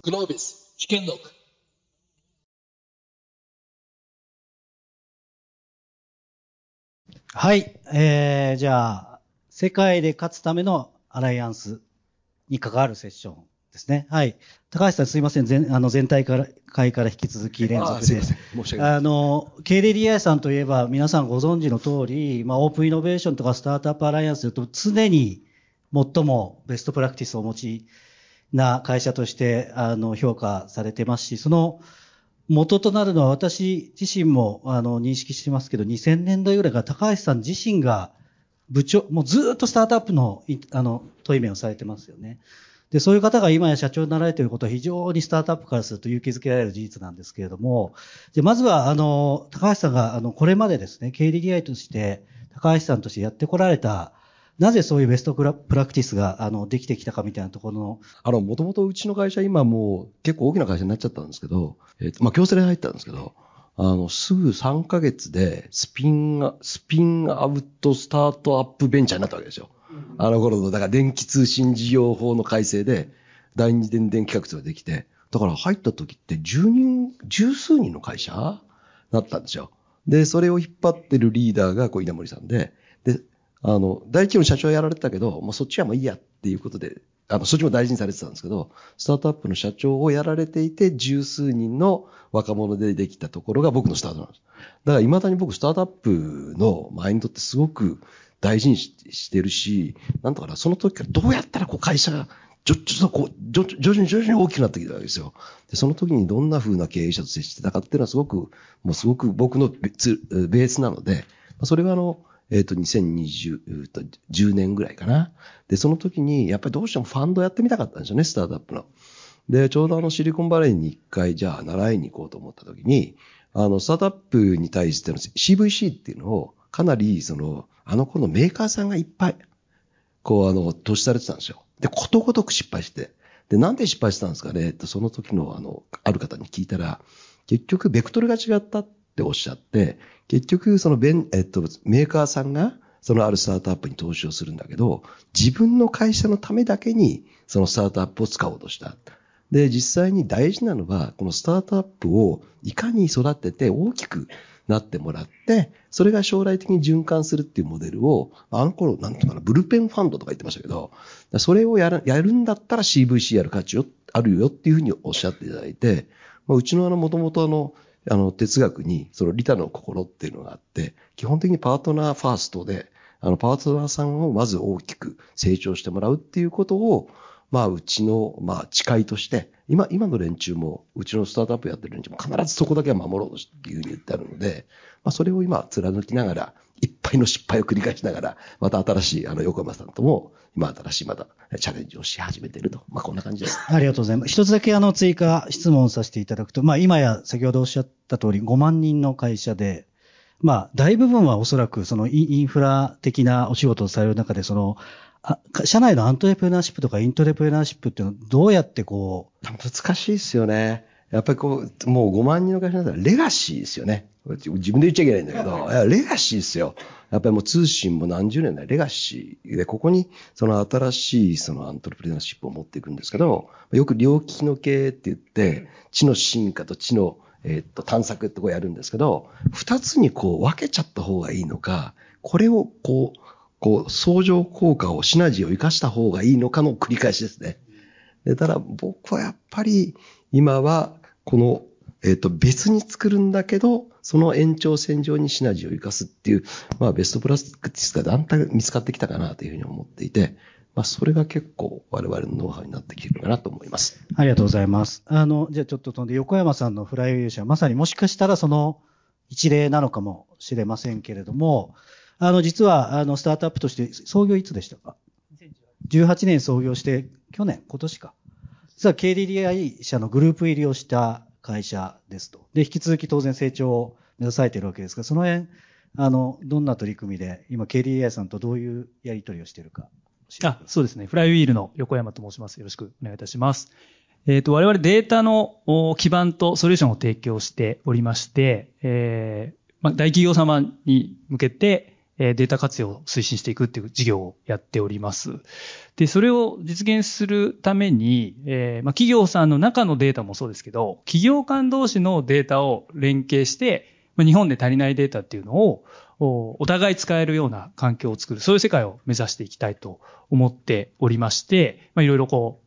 グロービス試験録。 はい、じゃあ、世界で勝つためのアライアンスに関わるセッションですね。はい。高橋さんすいません。全体会から引き続き連続で。 すいません。申し訳ない。 KDDI さんといえば皆さんご存知の通り、オープンイノベーションとかスタートアップアライアンスと常に最もベストプラクティスをお持ちな会社として、評価されてますし、その元となるのは私自身も認識してますけど、2000年代ぐらいから高橋さん自身が部長、もうずっとスタートアップの問い面をされてますよね。で、そういう方が今や社長になられていることは非常にスタートアップからすると勇気づけられる事実なんですけれども、でまずは高橋さんがこれまでですね、KDDI として高橋さんとしてやってこられた、なぜそういうベストプラクティスができてきたかみたいなところの。 もともとうちの会社今もう結構大きな会社になっちゃったんですけど、強制で入ったんですけど、すぐ3ヶ月でスピンアウトスタートアップベンチャーになったわけですよ。あの頃の、だから電気通信事業法の改正で、第二電電企画ができて、だから入った時って十数人の会社だったんですよ。で、それを引っ張ってるリーダーが稲森さんで、第一の社長やられてたけど、もうそっちはもういいやっていうことで、そっちも大事にされてたんですけど、スタートアップの社長をやられていて、十数人の若者でできたところが僕のスタートなんです。だから未だに僕スタートアップのマインドってすごく大事にしてるし、なんとかな、その時からどうやったら会社が徐々に大きくなってきたわけですよ。で、その時にどんな風な経営者と接してたかっていうのはすごく僕のベースなので、それは2020、10年ぐらいかな。で、その時に、やっぱりどうしてもファンドやってみたかったんですよね、スタートアップの。で、ちょうどシリコンバレーに一回、じゃあ習いに行こうと思った時に、スタートアップに対しての CVC っていうのを、かなり、あの頃のメーカーさんがいっぱい、投資されてたんですよ。で、ことごとく失敗して。で、なんで失敗したんですかねその時の、ある方に聞いたら、結局、ベクトルが違ったっておっしゃって、結局、メーカーさんが、そのあるスタートアップに投資をするんだけど、自分の会社のためだけに、そのスタートアップを使おうとした。で、実際に大事なのは、このスタートアップをいかに育てて大きくなってもらって、それが将来的に循環するっていうモデルを、あの頃、なんとかな、ブルペンファンドとか言ってましたけど、それをやるんだったら CVC やる価値あるよっていうふうにおっしゃっていただいて、うちのもともと哲学に、その利他の心っていうのがあって、基本的にパートナーファーストで、パートナーさんをまず大きく成長してもらうっていうことを、うちの、誓いとして、今の連中も、うちのスタートアップやってる連中も必ずそこだけは守ろうとっていうふうに言ってあるので、それを今貫きながら、いっぱいの失敗を繰り返しながら、また新しい、横山さんとも、今新しいまたチャレンジをし始めていると。こんな感じです。 ありがとうございます。一つだけ追加質問させていただくと、今や先ほどおっしゃった通り5万人の会社で、大部分はおそらくそのインフラ的なお仕事をされる中で、社内のアントレプレナーシップとかイントレプレナーシップっていうのはどうやって難しいですよね。やっぱりもう5万人の会社だったらレガシーですよね。自分で言っちゃいけないんだけど、レガシーですよ。やっぱりもう通信も何十年だレガシーで、ここにその新しいそのアントレプレナーシップを持っていくんですけど、よく両利きの経営って言って、知の進化と知の探索ってやるんですけど、二つに分けちゃった方がいいのか、これを相乗効果をシナジーを生かした方がいいのかの繰り返しですね。で、ただ僕はやっぱり今は別に作るんだけど、その延長線上にシナジーを生かすっていう、ベストプラクティスがだんだん見つかってきたかなというふうに思っていて、それが結構我々のノウハウになってきているかなと思います。 ありがとうございます。じゃあちょっと飛んで横山さんのフライウェイ社、まさにもしかしたらその一例なのかもしれませんけれども、実はスタートアップとして創業いつでしたか？18年創業して今年か。実は KDDI 社のグループ入りをした会社ですと。で、引き続き当然成長を目指されているわけですが、その辺、どんな取り組みで、今 KDDI さんとどういうやり取りをしているか。 そうですね。フライウィールの横山と申します。よろしくお願いいたします。我々データの基盤とソリューションを提供しておりまして、大企業様に向けて、 データ活用を推進していくっていう事業をやっております。で、それを実現するために、企業さんの中のデータもそうですけど、企業間同士のデータを連携して、日本で足りないデータっていうのをお互い使えるような環境を作る、そういう世界を目指していきたいと思っておりまして、いろいろ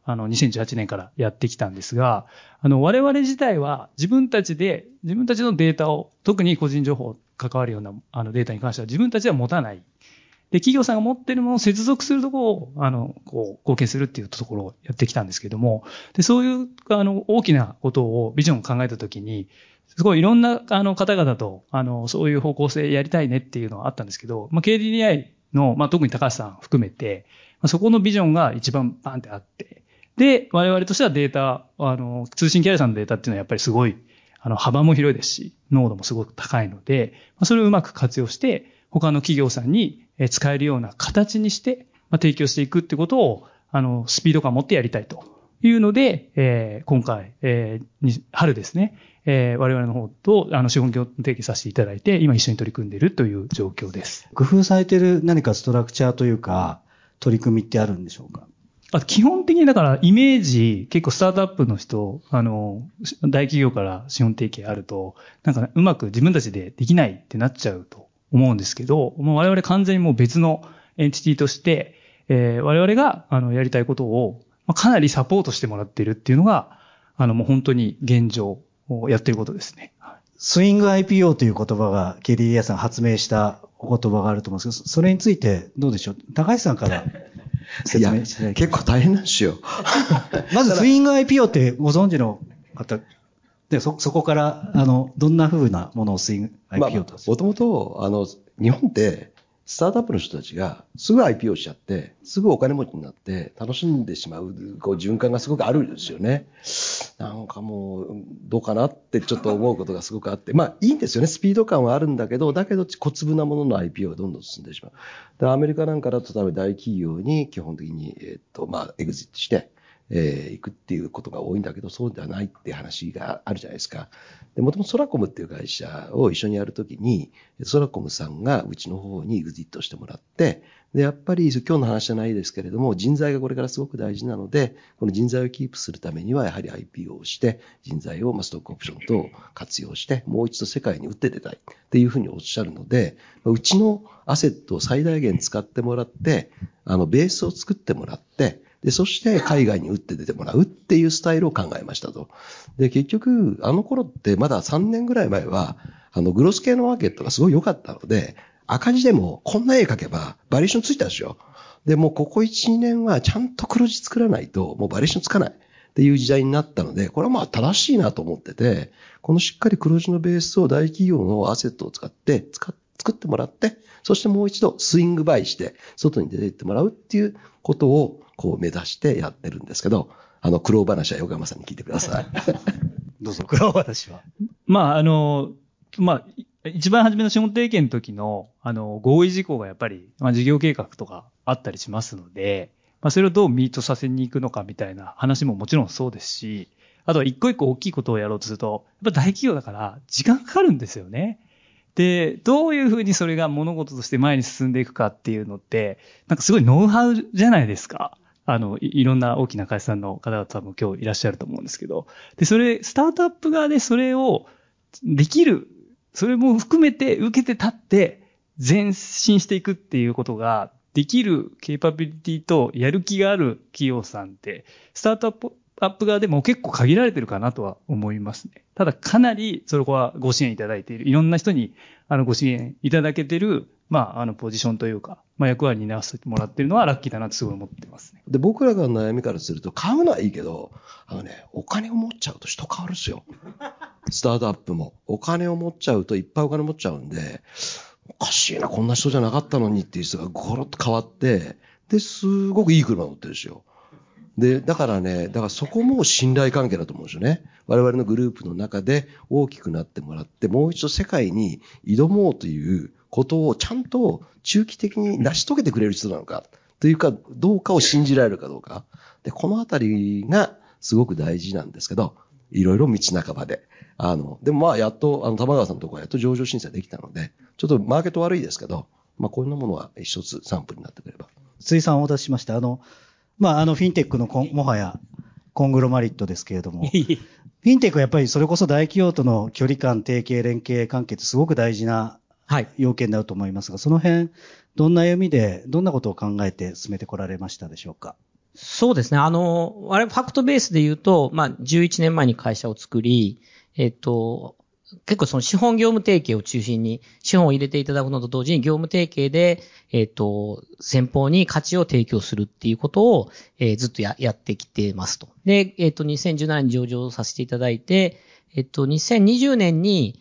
2018年からやってきたんですが、我々自体は自分たちのデータを、特に個人情報関わるようなデータに関しては自分たちは持たない。で、企業さんが持っているものを接続するところを、貢献するっていうところをやってきたんですけども、で、そういう、大きなことを、ビジョンを考えたときに、すごいいろんな、方々と、そういう方向性やりたいねっていうのはあったんですけど、KDDI の、特に高橋さん含めて、そこのビジョンが一番バンってあって、で、我々としてはデータ、通信キャリアさんのデータっていうのはやっぱりすごい、幅も広いですし、濃度もすごく高いので、それをうまく活用して、他の企業さんに使えるような形にして、提供していくってことを、スピード感を持ってやりたいというので、今回、春ですね、我々の方と、資本業提携させていただいて、今一緒に取り組んでいるという状況です。 工夫されている何かストラクチャーというか、取り組みってあるんでしょうか？ 基本的にだからイメージ、結構スタートアップの人、大企業から資本提携あると、なんかうまく自分たちでできないってなっちゃうと思うんですけど、もう我々完全にもう別のエンティティとして、我々がやりたいことをかなりサポートしてもらっているっていうのが、もう本当に現状をやっていることですね。 スイング IPO という言葉が KDDI さんが発明したお言葉があると思うんですけど、それについてどうでしょう？高橋さんから説明していただきます。 結構大変なんですよ。 まずスイング IPO ってご存知の方で、そこから、どんな風なものをスイング IPO と。 もともと、日本ってスタートアップの人たちがすぐ IPO しちゃって、すぐお金持ちになって楽しんでしまう、循環がすごくあるんですよね。なんかもう、どうかなってちょっと思うことがすごくあって、いいんですよね。スピード感はあるんだけど小粒なものの IPO がどんどん進んでしまう。で、アメリカなんかだと多分大企業に基本的に、エグジットして、行くっていうことが多いんだけど、そうではないっていう話があるじゃないですか。で、もともとソラコムっていう会社を一緒にやるときに、ソラコムさんがうちの方にエグジットしてもらって、で、やっぱり今日の話じゃないですけれども、人材がこれからすごく大事なので、この人材をキープするためには、やはり IPO をして、人材をストックオプションと活用して、もう一度世界に打って出たいっていうふうにおっしゃるので、うちのアセットを最大限使ってもらって、ベースを作ってもらって、で、そして海外に打って出てもらうっていうスタイルを考えましたと。で、結局、あの頃ってまだ3年ぐらい前は、グロス系のマーケットがすごい良かったので、赤字でもこんな絵描けばバリエーションついたんですよ。で、もうここ1、2年はちゃんと黒字作らないと、もうバリエーションつかないっていう時代になったので、これは正しいなと思ってて、このしっかり黒字のベースを大企業のアセットを使って作ってもらって、そしてもう一度スイングバイして、外に出て行ってもらうっていうことを目指してやってるんですけど、苦労話は横山さんに聞いてください。 どうぞ、苦労話は。 一番初めの資本提携の時の、合意事項がやっぱり、事業計画とかあったりしますので、それをどうミートさせに行くのかみたいな話ももちろんそうですし、あとは一個一個大きいことをやろうとすると、やっぱ大企業だから時間かかるんですよね。で、どういうふうにそれが物事として前に進んでいくかっていうのって、なんかすごいノウハウじゃないですか。いろんな大きな会社さんの方々多分今日いらっしゃると思うんですけど。で、スタートアップ側でそれをできる、それも含めて受けて立って前進していくっていうことができるケーパビリティとやる気がある企業さんって、スタートアップ側でも結構限られてるかなとは思いますね。ただかなりそこはご支援いただいている、いろんな人にご支援いただけている、ポジションというか、役割に担わせてもらっているのはラッキーだなとすごい思ってますね。 で、僕らが悩みからすると、買うのはいいけど、お金を持っちゃうと人変わるんですよ。スタートアップも。お金を持っちゃうといっぱいお金持っちゃうんで、おかしいな、こんな人じゃなかったのにっていう人がゴロッと変わって、で、すごくいい車乗ってるんですよ。で、だからそこも信頼関係だと思うんですよね。我々のグループの中で大きくなってもらって、もう一度世界に挑もうということをちゃんと中期的に成し遂げてくれる人なのか、というか、どうかを信じられるかどうか。で、このあたりがすごく大事なんですけど、いろいろ道半ばで。でもやっと、玉川さんのところはやっと上場審査できたので、ちょっとマーケット悪いですけど、 こういうものは一つサンプルになってくれば。 辻さんお渡ししました。フィンテックのもはやコングロマリットですけれども、フィンテックはやっぱりそれこそ大企業との距離感、提携、連携関係ってすごく大事な要件だと思いますが、その辺、どんな読みで、どんなことを考えて進めてこられましたでしょうか。 そうですね。我々ファクトベースで言うと、11年前に会社を作り、結構その資本業務提携を中心に資本を入れていただくのと同時に業務提携で、先方に価値を提供するっていうことを、ずっとやってきてますと。で、2017年に上場させていただいて、2020年に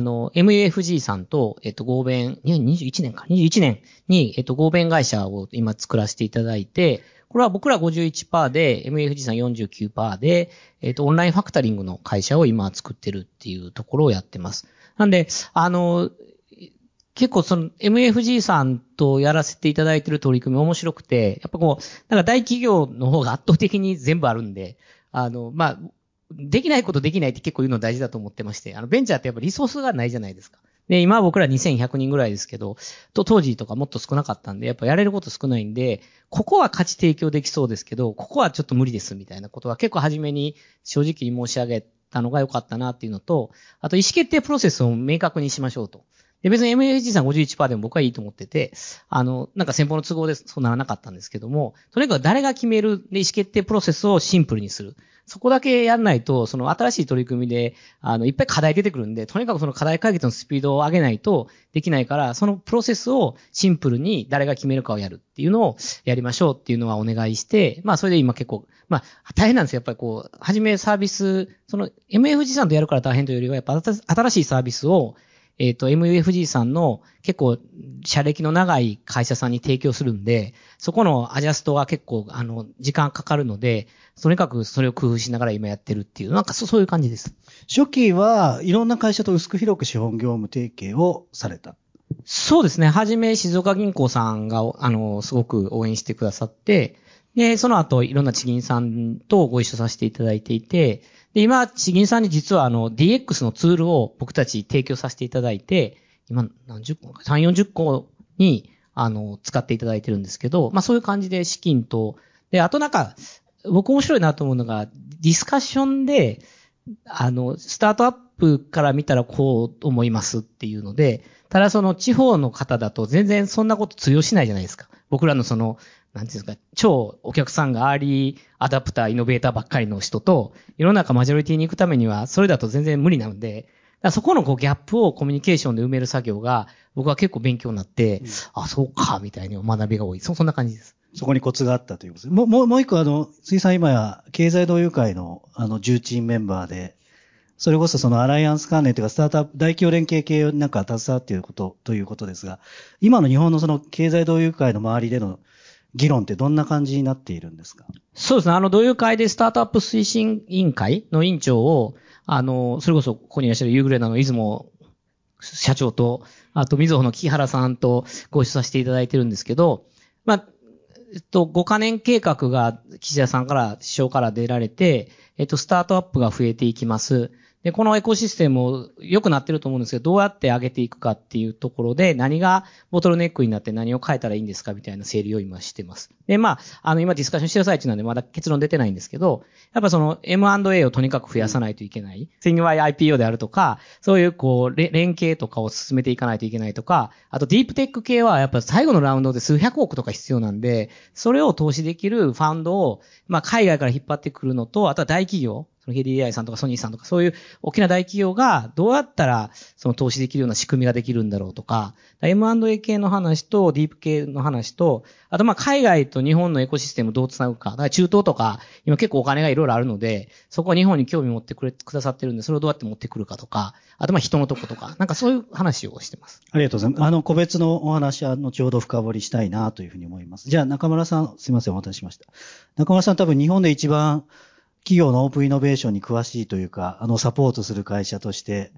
MUFG さんと、合弁、21年に、合弁会社を今作らせていただいて、これは僕ら 51% で、MUFG さん 49% で、オンラインファクタリングの会社を今作ってるっていうところをやってます。なんで、結構その MUFG さんとやらせていただいてる取り組み面白くて、やっぱなんか大企業の方が圧倒的に全部あるんで、できないことできないって結構言うの大事だと思ってまして、ベンチャーってやっぱリソースがないじゃないですか。で、今は僕ら2100人ぐらいですけど、当時とかもっと少なかったんで、やっぱやれること少ないんで、ここは価値提供できそうですけど、ここはちょっと無理ですみたいなことは結構初めに正直に申し上げたのが良かったなっていうのと、あと意思決定プロセスを明確にしましょうと。で、別に MUFG さん 51% でも僕はいいと思ってて、なんか先方の都合でそうならなかったんですけども、とにかく誰が決めるで意思決定プロセスをシンプルにする。そこだけやんないと、その新しい取り組みで、いっぱい課題出てくるんで、とにかくその課題解決のスピードを上げないとできないから、そのプロセスをシンプルに誰が決めるかをやるっていうのをやりましょうっていうのはお願いして、それで今結構、大変なんですよ。やっぱりはじめサービス、その MUFG さんとやるから大変というよりは、やっぱ新しいサービスを、MUFG さんの結構、社歴の長い会社さんに提供するんで、そこのアジャストが結構、時間かかるので、とにかくそれを工夫しながら今やってるっていう、なんかそういう感じです。 初期はいろんな会社と薄く広く資本業務提携をされた。 そうですね。はじめ静岡銀行さんが、すごく応援してくださって、で、その後いろんな地銀さんとご一緒させていただいていて、で、今、地銀さんに実はDX のツールを僕たち提供させていただいて、今何十個か、3、40個に、使っていただいてるんですけど、そういう感じで資金と、で、あとなんか、僕面白いなと思うのが、ディスカッションで、スタートアップから見たらこう思いますっていうので、ただその地方の方だと全然そんなこと通用しないじゃないですか。僕らのなんていうんですか、超お客さんがアーリーアダプター、イノベーターばっかりの人と、世の中マジョリティに行くためには、それだと全然無理なので、そこのギャップをコミュニケーションで埋める作業が、僕は結構勉強になって、そうか、みたいに学びが多い。そんな感じです。 そこにコツがあったということです。もう一個辻さん今や、経済同友会の重鎮メンバーで、それこそそのアライアンス関連というか、スタートアップ、大企業連携系なんか携わっていることということですが、今の日本のその経済同友会の周りでの議論ってどんな感じになっているんですか？ そうですね。同友会でスタートアップ推進委員会の委員長を、それこそここにいらっしゃるユーグレナの出雲社長と、あと、みずほの木原さんとご一緒させていただいてるんですけど、5カ年計画が岸田さんから、首相から出られて、スタートアップが増えていきます。で、このエコシステムも良くなってると思うんですけど、どうやって上げていくかっていうところで、何がボトルネックになって何を変えたらいいんですかみたいな整理を今してます。で、今ディスカッションしてる最中なんでまだ結論出てないんですけど、やっぱその M&A をとにかく増やさないといけない。Thing IPO であるとか、そういう連携とかを進めていかないといけないとか、あとディープテック系はやっぱ最後のラウンドで数百億とか必要なんで、それを投資できるファンドを、海外から引っ張ってくるのと、あとは大企業、その KDDI さんとかソニーさんとかそういう大きな大企業がどうやったらその投資できるような仕組みができるんだろうとか、M&A 系の話とディープ系の話と、あと海外と日本のエコシステムをどうつなぐか。だから中東とか今結構お金がいろいろあるので、そこは日本に興味持ってくださってるんで、それをどうやって持ってくるかとか、あと人のとことか、なんかそういう話をしてます。 ありがとうございます。個別のお話は後ほど深掘りしたいなというふうに思います。じゃあ中村さん、すいません、お待たせしました。中村さん多分日本で一番企業のオープンイノベーションに詳しいというか、サポートする会社として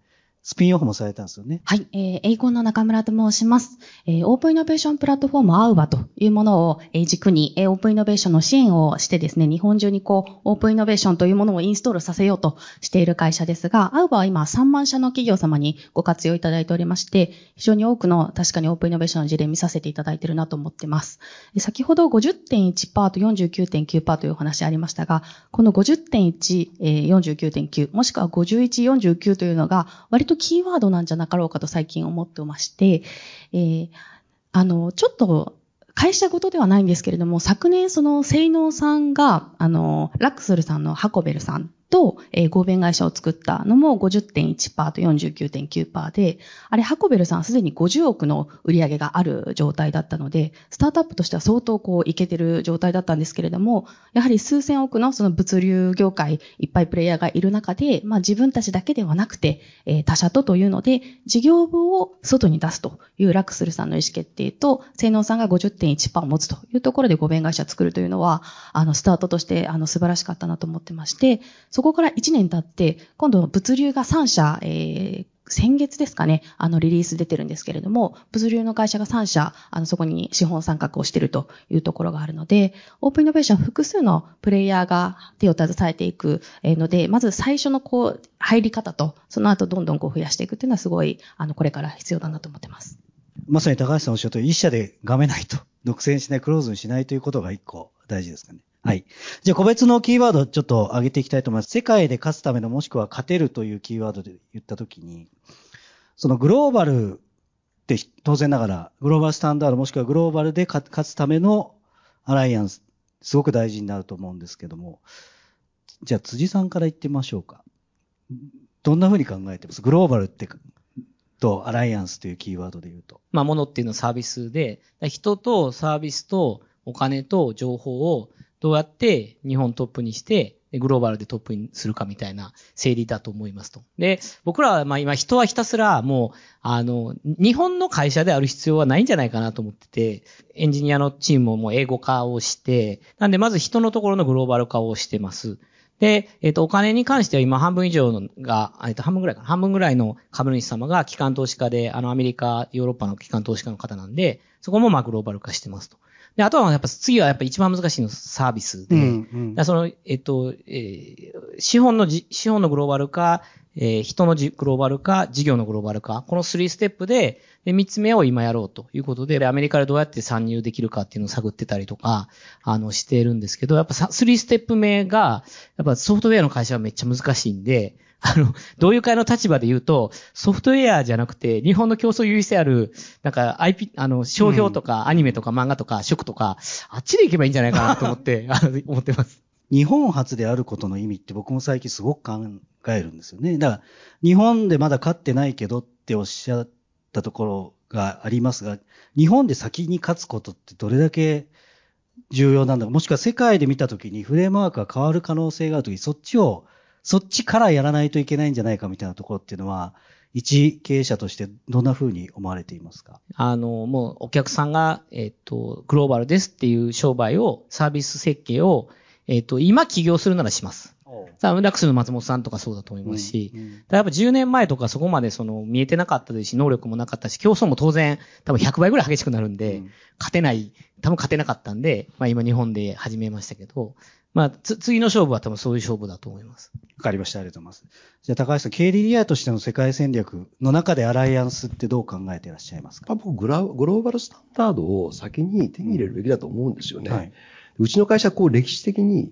スピンオフもされたんですよね。 はい、エイコンの中村と申します。オープンイノベーションプラットフォームアウバというものを軸に、オープンイノベーションの支援をしてですね、日本中にオープンイノベーションというものをインストールさせようとしている会社ですが、アウバは今3万社の企業様にご活用いただいておりまして、非常に多くの確かにオープンイノベーションの事例見させていただいているなと思っています。先ほど 50.1% と 49.9% というお話ありましたが、この 50.1、49.9 もしくは 51、49というのが割とキーワードなんじゃなかろうかと最近思ってまして、ちょっと会社ごとではないんですけれども、昨年その性能さんが、ラックスルさんのハコベルさんと、合弁会社を作ったのも 50.1% と 49.9% で、あれハコベルさんはすでに50億の売り上げがある状態だったので、スタートアップとしては相当いけてる状態だったんですけれども、やはり数千億のその物流業界いっぱいプレイヤーがいる中で、自分たちだけではなくて、他社というので、事業部を外に出すというラックスルさんの意思決定と、性能さんが 50.1% を持つというところで合弁会社を作るというのは、スタートとして素晴らしかったなと思ってまして、そこから1年経って、今度物流が3社、先月ですかね、リリース出てるんですけれども、物流の会社が3社、そこに資本参画をしているというところがあるので、オープンイノベーション複数のプレイヤーが手を携えていくので、まず最初の入り方と、その後どんどん増やしていくっていうのはすごい、これから必要だなと思ってます。 まさに高橋さんおっしゃるとおり、一社でがめないと、独占しない、クローズにしないということが一個大事ですかね。はい。じゃあ個別のキーワードちょっと上げていきたいと思います。世界で勝つためのもしくは勝てるというキーワードで言ったときに、そのグローバルって当然ながらグローバルスタンダードもしくはグローバルで勝つためのアライアンス、すごく大事になると思うんですけども、じゃあ辻さんから言ってみましょうか。どんな風に考えてます？グローバルってとアライアンスというキーワードで言うと。 物っていうのはサービスで、人とサービスとお金と情報をどうやって日本トップにして、グローバルでトップにするかみたいな整理だと思いますと。で、僕らは今人はひたすらもう、日本の会社である必要はないんじゃないかなと思ってて、エンジニアのチームももう英語化をして、なんでまず人のところのグローバル化をしてます。で、お金に関しては今半分以上のが、半分ぐらいかな。半分ぐらいの株主様が機関投資家で、アメリカ、ヨーロッパの機関投資家の方なんで、そこもグローバル化してますと。で、あとは次は一番難しいのサービスで、資本のグローバル化、人のグローバル化、事業のグローバル化、この3ステップで、3つ目を今やろうということで、アメリカでどうやって参入できるかっていうのを探ってたりとか、しているんですけど、3ステップ目が、ソフトウェアの会社はめっちゃ難しいんで、同友会の立場で言うと、ソフトウェアじゃなくて、日本の競争優位性ある、商標とかアニメとか漫画とか食とか、あっちで行けばいいんじゃないかなと思って、思ってます。 日本初であることの意味って僕も最近すごく考えるんですよね。だから、日本でまだ勝ってないけどっておっしゃったところがありますが、日本で先に勝つことってどれだけ重要なんだか、もしくは世界で見たときにフレームワークが変わる可能性があるとき、そっちからやらないといけないんじゃないかみたいなところっていうのは、一経営者としてどんな風に思われていますか？ もうお客さんが、グローバルですっていう商売を、サービス設計を、今起業するならします。ラックスの松本さんとかそうだと思いますし、やっぱ10年前とかそこまで見えてなかったですし、能力もなかったし、競争も当然多分100倍ぐらい激しくなるんで、多分勝てなかったんで、今日本で始めましたけど、次の勝負は多分そういう勝負だと思います。 わかりました。ありがとうございます。じゃあ高橋さん、KDDI としての世界戦略の中でアライアンスってどう考えていらっしゃいますか？ 僕、グローバルスタンダードを先に手に入れるべきだと思うんですよね。 はい、 うちの会社は歴史的に、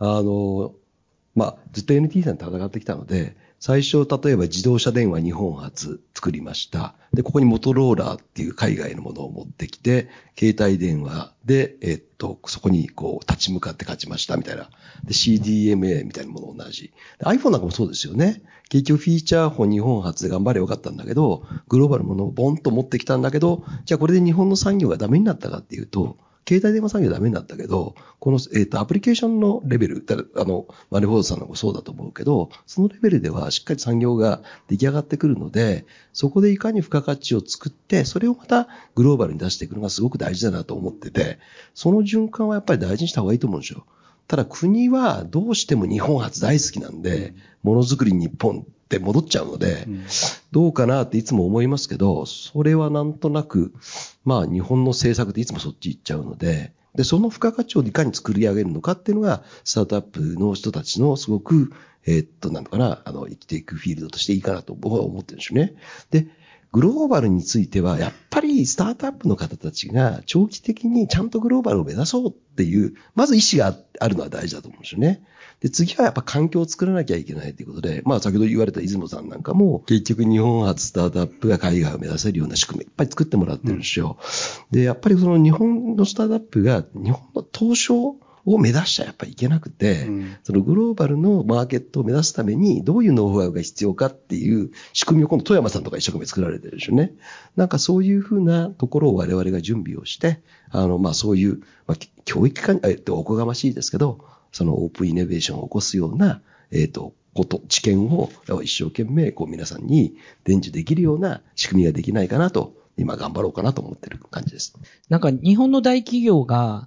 ずっと NTT さんと戦ってきたので、最初、例えば自動車電話日本初作りました。で、ここにモトローラーっていう海外のものを持ってきて、携帯電話で、そこに立ち向かって勝ちましたみたいな。で、CDMA みたいなもの同じ。iPhone なんかもそうですよね。結局フィーチャーフォン日本初で頑張ればよかったんだけど、グローバルのものをボンと持ってきたんだけど、じゃあこれで日本の産業がダメになったかっていうと、携帯電話産業ダメになったけど、この、アプリケーションのレベル、マネフォードさんのもそうだと思うけど、そのレベルではしっかり産業が出来上がってくるので、そこでいかに付加価値を作って、それをまたグローバルに出していくのがすごく大事だなと思ってて、その循環はやっぱり大事にした方がいいと思うんですよ。ただ国はどうしても日本初大好きなんで、ものづくり日本って戻っちゃうので、どうかなっていつも思いますけど、それはなんとなく、まあ日本の政策でいつもそっち行っちゃうので、で、その付加価値をいかに作り上げるのかっていうのが、スタートアップの人たちのすごく、なんのかな、生きていくフィールドとしていいかなと僕は思ってるんですよね。で、グローバルについては、やっぱりスタートアップの方たちが長期的にちゃんとグローバルを目指そうっていう、まず意思があるのは大事だと思うんですよね。で、次はやっぱ環境を作らなきゃいけないということで、まあ先ほど言われた出雲さんなんかも、結局日本発スタートアップが海外を目指せるような仕組みいっぱい作ってもらってるんですよ。で、やっぱりその日本のスタートアップが日本の東証を目指しちゃやっぱりいけなくて、そのグローバルのマーケットを目指すためにどういうノウハウが必要かっていう仕組みを今度富山さんとか一生懸命作られてるでしょうね。なんかそういうふうなところを我々が準備をして、まあそういう、まあ、教育化おこがましいですけど、そのオープンイノベーションを起こすような、知見を一生懸命こう皆さんに伝授できるような仕組みができないかなと、今頑張ろうかなと思ってる感じです。 なんか日本の大企業が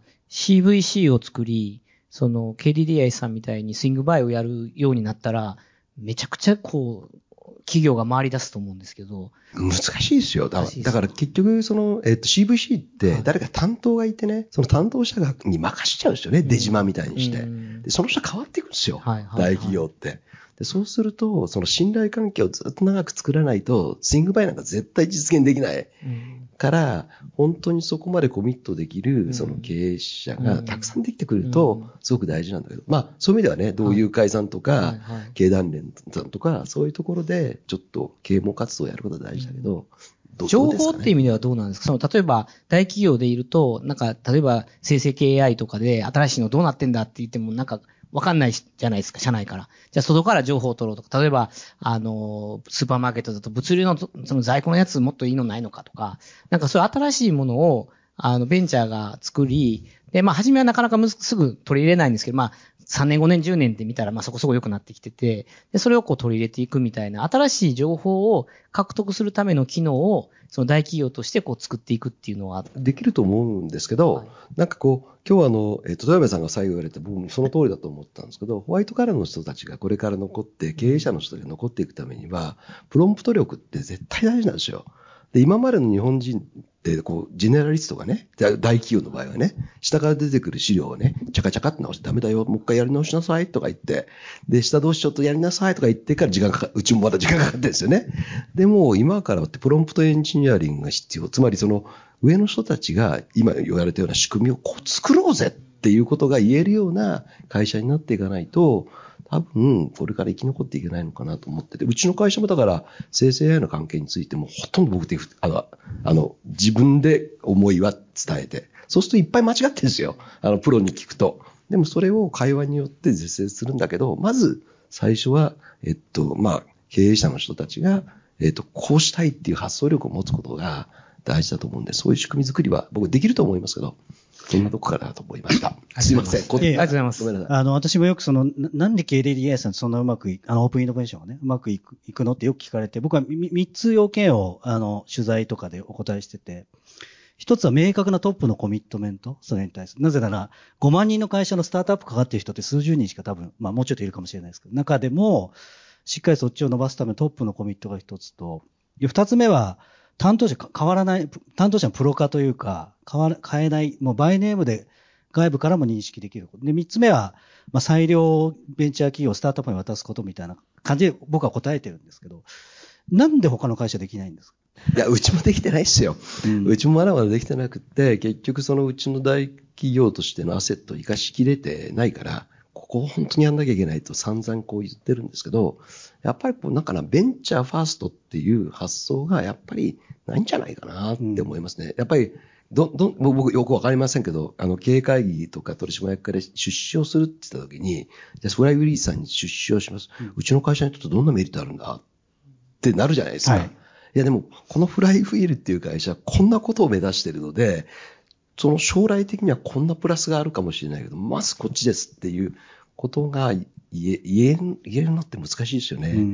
CVC を作り、その KDDI さんみたいにスイングバイをやるようになったら、めちゃくちゃこう、企業が回り出すと思うんですけど。 難しいですよ。だから結局、その、CVC って誰か担当がいてね、その担当者に任しちゃうんですよね、出島みたいにして。で、その人変わっていくんですよ、大企業って。で、そうすると、その信頼関係をずっと長く作らないと、スイングバイなんか絶対実現できないから、本当にそこまでコミットできる、その経営者がたくさんできてくると、すごく大事なんだけど、まあ、そういう意味ではね、同友会さんとか、経団連さんとか、そういうところで、ちょっと啓蒙活動をやることは大事だけど、 情報っていう意味ではどうなんですか？例えば、大企業でいると、なんか、例えば、生成系 AI とかで、新しいのどうなってんだって言っても、なんか、わかんないじゃないですか、社内から。じゃあ、外から情報を取ろうとか、例えば、スーパーマーケットだと、物流の、その在庫のやつもっといいのないのかとか、なんかそういう新しいものを、ベンチャーが作り、で、まあ、初めはなかなかすぐ取り入れないんですけど、まあ、3年5年10年って見たら、まあそこそこ良くなってきてて、で、それをこう取り入れていくみたいな、新しい情報を獲得するための機能を、その大企業としてこう作っていくっていうのは。 できると思うんですけど、なんかこう、今日は豊山さんが最後言われて、僕もその通りだと思ったんですけど、ホワイトカラーの人たちがこれから残って、経営者の人が残っていくためには、プロンプト力って絶対大事なんですよ。で、今までの日本人ってこうジェネラリストがね、大企業の場合はね、下から出てくる資料をね、チャカチャカって直してダメだよ、もう一回やり直しなさいとか言って、で、下同士ちょっとやりなさいとか言ってからうちもまだ時間かかってるんですよね。でも今からってプロンプトエンジニアリングが必要。つまりその上の人たちが今言われたような仕組みをこう作ろうぜっていうことが言えるような会社になっていかないと、多分、これから生き残っていけないのかなと思ってて、うちの会社もだから、生成 AI の関係についても、ほとんど僕で、自分で思いは伝えて、そうするといっぱい間違ってるんですよ。プロに聞くと。でもそれを会話によって是正するんだけど、まず、最初は、まあ、経営者の人たちが、こうしたいっていう発想力を持つことが大事だと思うんで、そういう仕組み作りは僕できると思いますけど、そんなとこからだと思いました。すいません。 ありがとうございます。 ごめんなさい。 私もよくなんで KDDI さんそんなうまくオープンイノベーションがね、うまくいくのってよく聞かれて、僕は3つ要件を、取材とかでお答えしてて、一つは明確なトップのコミットメント、それに対する。なぜなら、5万人の会社のスタートアップかかっている人って数十人しか多分、まあもうちょっといるかもしれないですけど、中でも、しっかりそっちを伸ばすためのトップのコミットが一つと、二つ目は、担当者変わらない、担当者のプロ化というか、変えない、もうバイネームで外部からも認識できること。で、三つ目は、まあ、裁量ベンチャー企業、スタートアップに渡すことみたいな感じで僕は答えてるんですけど、なんで他の会社できないんですか？ いや、うちもできてないっすよ。うちもまだまだできてなくて、結局そのうちの大企業としてのアセットを生かしきれてないから、ここを本当にやんなきゃいけないと散々こう言ってるんですけど、やっぱりこうなんかな、ベンチャーファーストっていう発想がやっぱりないんじゃないかなって思いますね。やっぱり、僕よくわかりませんけど、経営会議とか取締役から出資をするって言った時に、じゃあフライフリーさんに出資をします。うちの会社にとってどんなメリットあるんだってなるじゃないですか。はい、いやでも、このフライフィールっていう会社はこんなことを目指しているので、その将来的にはこんなプラスがあるかもしれないけど、まずこっちですっていうことが言えるのって難しいですよね。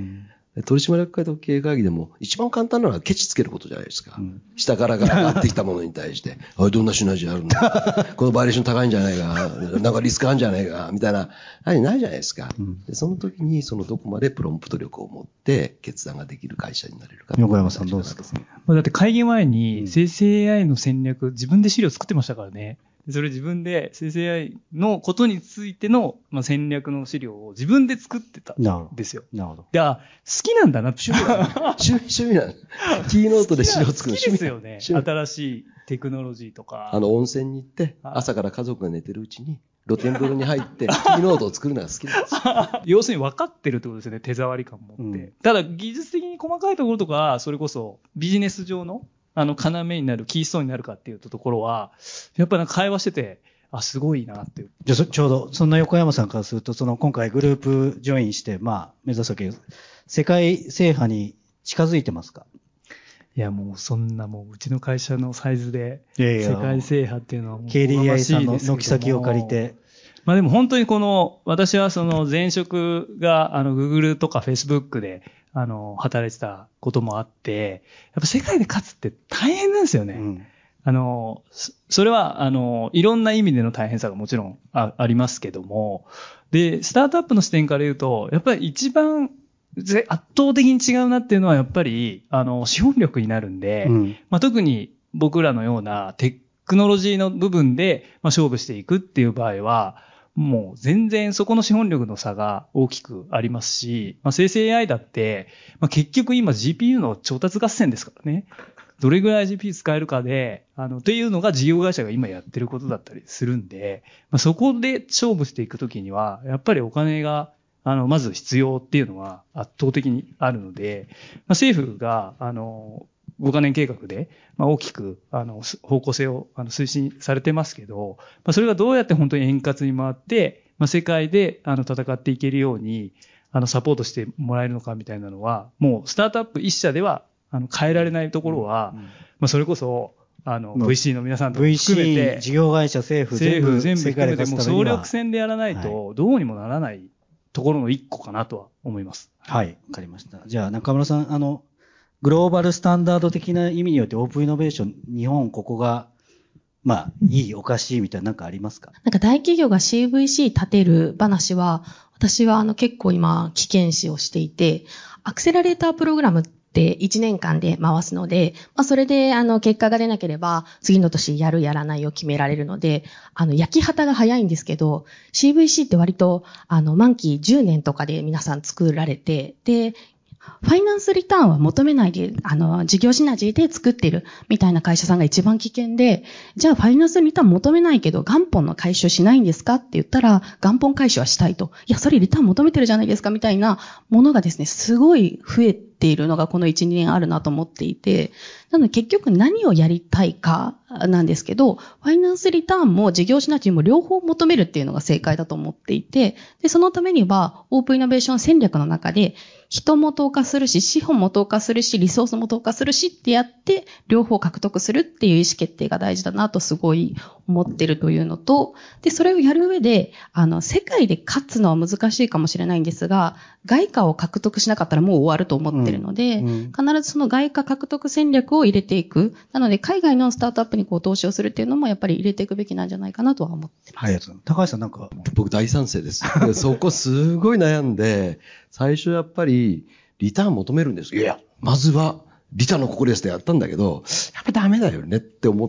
取締役会と経営会議でも一番簡単なのはケチつけることじゃないですか。下から上がってきたものに対して、どんなシナジーあるんだこのバリエーション高いんじゃないか、なんかリスクあるんじゃないか、みたいな、ないじゃないですか。でその時にどこまでプロンプト力を持って決断ができる会社になれるか。 横山さんどうですか？ だって会議前に生成 AI の戦略、自分で資料作ってましたからね。それ自分で生成 AI のことについての、戦略の資料を自分で作ってたんですよ。 なるほど。 好きなんだなって。 趣味なんキーノートで資料作る好きですよね。新しいテクノロジーとか。 温泉に行って、朝から家族が寝てるうちに、露天風呂に入って、キーノートを作るのが好きなんですよ。 要するに分かってるってことですよね。手触り感を持って。ただ、技術的に細かいところとか、それこそビジネス上の要になる、キーストーンになるかっていうところは、やっぱり会話してて、すごいなっていう。 じゃあ、ちょうど、そんな横山さんからすると、今回グループジョインして、目指すわけです。世界制覇に近づいてますか？ いや、もうそんなうちの会社のサイズで、世界制覇っていうのはもう、 KDDI さんの軒先を借りて。 でも本当に私は前職がGoogle とか Facebook で働いてたこともあって、やっぱ世界で勝つって大変なんですよね。それはいろんな意味での大変さがもちろんありますけども、で、スタートアップの視点から言うと、やっぱり一番圧倒的に違うなっていうのはやっぱり、資本力になるんで、特に僕らのようなテクノロジーの部分で勝負していくっていう場合は、もう全然そこの資本力の差が大きくありますし、生成 AI だって、結局今 GPU の調達合戦ですからね。どれぐらい GPU 使えるかで、っていうのが事業会社が今やってることだったりするんで、そこで勝負していくときには、やっぱりお金が、まず必要っていうのは圧倒的にあるので、政府が、5カ年計画で、大きく、方向性を推進されてますけど、それがどうやって本当に円滑に回って、世界で、戦っていけるように、サポートしてもらえるのかみたいなのは、もう、スタートアップ一社では、変えられないところは、それこそ、VC の皆さんと含めて、 VC、事業会社、政府全部含めて、もう総力戦でやらないと、どうにもならないところの一個かなとは思います。 はい、わかりました。じゃあ、中村さん、グローバルスタンダード的な意味によってオープンイノベーション、日本ここが、いい、おかしいみたいななんかありますか？ 大企業が CVC 立てる話は、私は結構今、危険視をしていて、アクセラレータープログラムって1年間で回すので、それで結果が出なければ、次の年やるやらないを決められるので、焼き旗が早いんですけど、CVC って割と、満期10年とかで皆さん作られて、で、ファイナンスリターンは求めないで、事業シナジーで作ってるみたいな会社さんが一番危険で、じゃあファイナンスリターン求めないけど元本の回収しないんですかって言ったら、元本回収はしたいと。いや、それリターン求めてるじゃないですかみたいなものがですね、すごい増えているのがこの1、2年あるなと思っていて、なので結局何をやりたいかなんですけど、ファイナンスリターンも事業シナジーも両方求めるっていうのが正解だと思っていて、で、そのためにはオープンイノベーション戦略の中で、人も投下するし、資本も投下するし、リソースも投下するしってやって、両方獲得するっていう意思決定が大事だなとすごい思ってるというのと、で、それをやる上で、世界で勝つのは難しいかもしれないんですが、外貨を獲得しなかったらもう終わると思ってるので、必ずその外貨獲得戦略を入れていく。なので、海外のスタートアップに投資をするっていうのもやっぱり入れていくべきなんじゃないかなとは思ってます。 はい、高橋さんなんか。 僕大賛成です。そこすごい悩んで、最初やっぱりリターン求めるんです。いや、まずはリターンのここですってやったんだけど、やっぱダメだよねって思って、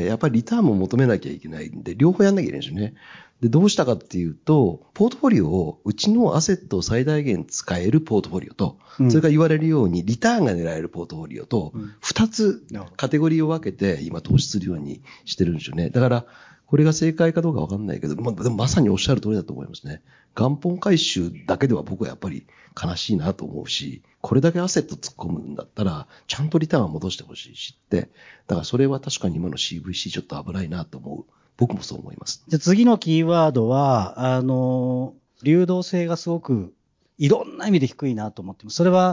やっぱりリターンも求めなきゃいけないんで、両方やんなきゃいけないんですよね。で、どうしたかっていうと、ポートフォリオを、うちのアセットを最大限使えるポートフォリオと、それから言われるようにリターンが狙えるポートフォリオと、二つカテゴリーを分けて今投資するようにしてるんですよね。だから、これが正解かどうかわかんないけど、でもまさにおっしゃる通りだと思いますね。元本回収だけでは僕はやっぱり悲しいなと思うし、これだけアセット突っ込むんだったら、ちゃんとリターンは戻してほしいしって、だからそれは確かに今の CVC ちょっと危ないなと思う。僕もそう思います。 じゃあ次のキーワードは、流動性がすごくいろんな意味で低いなと思ってます。それは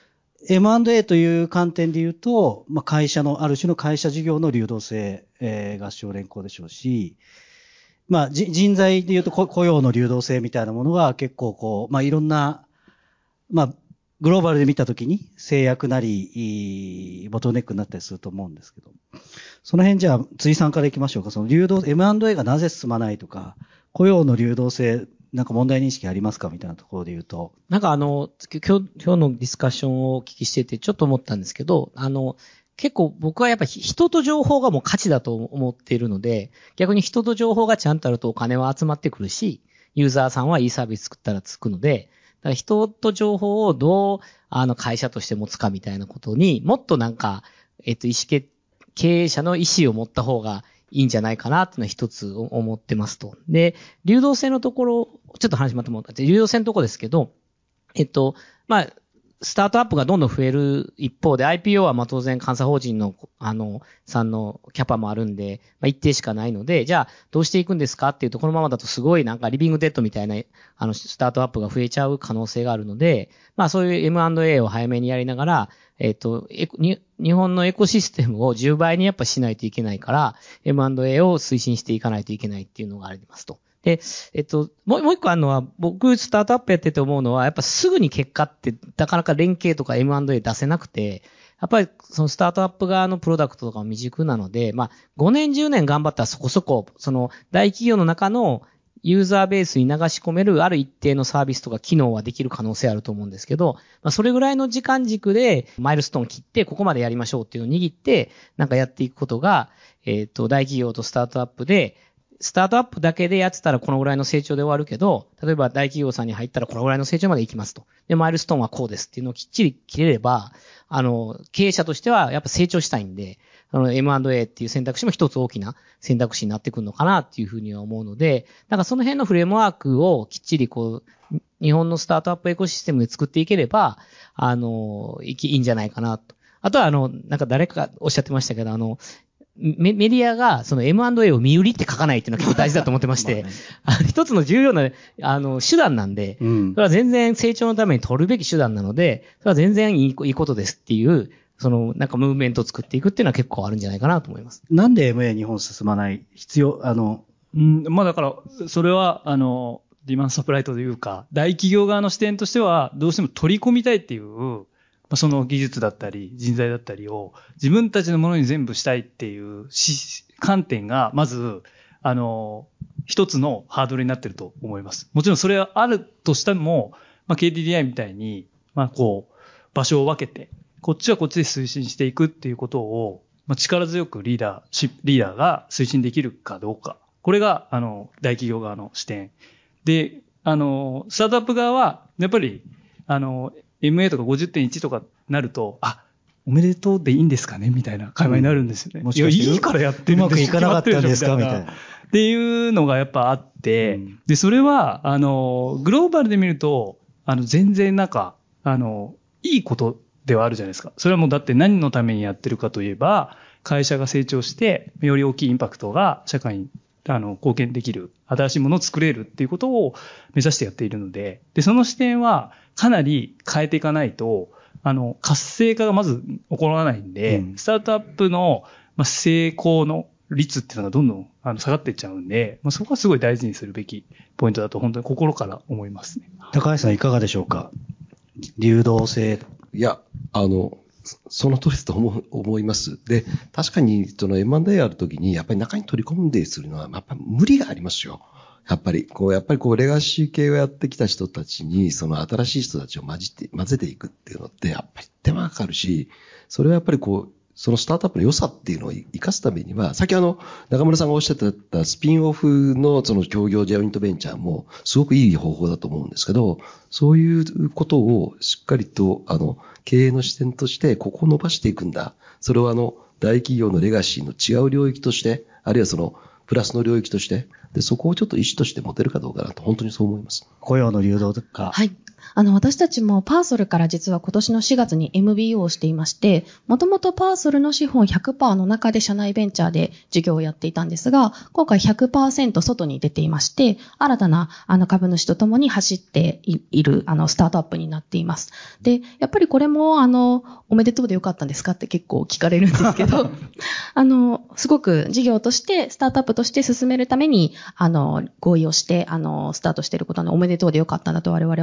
M&A という観点で言うと、会社の、ある種の会社事業の流動性、合唱連行でしょうし、人材で言うと雇用の流動性みたいなものが結構いろんな、 グローバルで見たときに制約なり、ボトルネックになったりすると思うんですけど、その辺じゃあ、辻さんからいきましょうか。その流動、M&A がなぜ進まないとか、雇用の流動性、なんか問題認識ありますかみたいなところで言うと。 なんか今日のディスカッションをお聞きしててちょっと思ったんですけど、結構僕はやっぱり人と情報がもう価値だと思っているので、逆に人と情報がちゃんとあるとお金は集まってくるし、ユーザーさんはいいサービス作ったらつくので、だから人と情報をどう、会社として持つかみたいなことにもっとなんか、経営者の意思を持った方がいいんじゃないかなっていうのは一つ思ってますと。で、流動性のところ、ちょっと話まともって、流動性のところですけど、スタートアップがどんどん増える一方で IPO は当然監査法人のさんのキャパもあるんで、一定しかないので、じゃあどうしていくんですかっていうと、このままだとすごいなんかリビングデッドみたいなスタートアップが増えちゃう可能性があるので、そういう M&A を早めにやりながら、日本のエコシステムを10倍にやっぱしないといけないから、M&A を推進していかないといけないっていうのがありますと。で、もう一個あるのは、僕、スタートアップやってて思うのは、やっぱすぐに結果って、なかなか連携とか M&A 出せなくて、やっぱりそのスタートアップ側のプロダクトとかも未熟なので、5年10年頑張ったらそこそこ、その大企業の中のユーザーベースに流し込めるある一定のサービスとか機能はできる可能性あると思うんですけど、それぐらいの時間軸でマイルストーン切って、ここまでやりましょうっていうのを握って、なんかやっていくことが、大企業とスタートアップで、スタートアップだけでやってたらこのぐらいの成長で終わるけど、例えば大企業さんに入ったらこのぐらいの成長まで行きますと。で、マイルストーンはこうですっていうのをきっちり切れれば、経営者としてはやっぱ成長したいんで、M&A っていう選択肢も一つ大きな選択肢になってくるのかなっていうふうには思うので、なんかその辺のフレームワークをきっちり日本のスタートアップエコシステムで作っていければ、いいんじゃないかなと。あとはなんか誰かがおっしゃってましたけど、メディアがその M&A を見売りって書かないっていうのは結構大事だと思ってまして、一つの重要な、手段なんで、それは全然成長のために取るべき手段なので、それは全然いいことですっていう、なんかムーブメントを作っていくっていうのは結構あるんじゃないかなと思います。 なんで MA 日本進まない必要、 だから、それは、ディマンドサプライというか、大企業側の視点としては、どうしても取り込みたいっていう、その技術だったり、人材だったりを自分たちのものに全部したいっていう観点が、まず、一つのハードルになってると思います。もちろんそれはあるとしても、KDDI みたいに、場所を分けて、こっちはこっちで推進していくっていうことを、力強くリーダーが推進できるかどうか。これが、大企業側の視点。で、スタートアップ側は、やっぱり、MA とか 50.1 とかなると、おめでとうでいいんですかねみたいな会話になるんですよね。 もしかしていいからやってるんでうまくいかなかったんですかみたいな。 っていうのがやっぱあって、で、それは、グローバルで見ると、全然なんか、いいことではあるじゃないですか。それはもうだって何のためにやってるかといえば、会社が成長して、より大きいインパクトが社会に貢献できる、新しいものを作れるっていうことを目指してやっているので、で、その視点はかなり変えていかないと、活性化がまず起こらないんで、スタートアップの成功の率っていうのがどんどん下がっていっちゃうんで、そこはすごい大事にするべきポイントだと本当に心から思いますね。 高橋さんいかがでしょうか？流動性。 いや、その通りだと思います。で、確かに、M&A あるときに、やっぱり中に取り込んでするのは、やっぱり無理がありますよ。やっぱりレガシー系をやってきた人たちに、新しい人たちを混ぜていくっていうのって、やっぱり手間かかるし、それはやっぱりそのスタートアップの良さっていうのを生かすためには、さっき中村さんがおっしゃってたスピンオフの協業ジョイントベンチャーもすごくいい方法だと思うんですけど、そういうことをしっかりと、経営の視点として、ここを伸ばしていくんだ。それを大企業のレガシーの違う領域として、あるいはプラスの領域として、で、そこをちょっと意思として持てるかどうかなと、本当にそう思います。 雇用の流動化。 はい。私たちもパーソルから実は今年の4月に MBO をしていまして、もともとパーソルの資本 100% の中で社内ベンチャーで事業をやっていたんですが、今回 100% 外に出ていまして、新たな株主と共に走っているスタートアップになっています。で、やっぱりこれもおめでとうでよかったんですかって結構聞かれるんですけど、すごく事業としてスタートアップとして進めるために合意をしてスタートしていることはおめでとうでよかったんだと我々は思っていま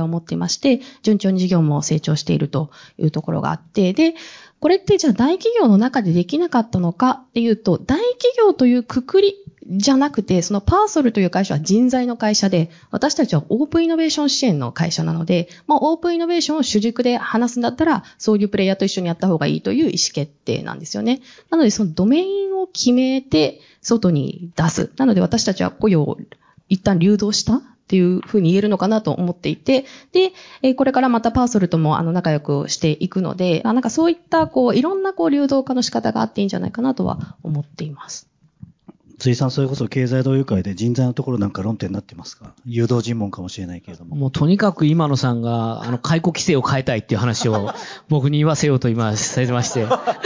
まして、順調に事業も成長しているというところがあって、で、これってじゃあ大企業の中でできなかったのかっていうと、大企業というくくりじゃなくて、そのパーソルという会社は人材の会社で、私たちはオープンイノベーション支援の会社なので、オープンイノベーションを主軸で話すんだったら、そういうプレイヤーと一緒にやった方がいいという意思決定なんですよね。なので、そのドメインを決めて外に出す。なので、私たちは雇用を一旦流動したっていうふうに言えるのかなと思っていて、で、これからまたパーソルとも仲良くしていくので、なんかそういったいろんな流動化の仕方があっていいんじゃないかなとは思っています。 辻さん、それこそ経済同友会で人材のところなんか論点になってますか？誘導尋問かもしれないけれども。 もうとにかく今野さんが、解雇規制を変えたいっていう話を僕に言わせようと今されてまして。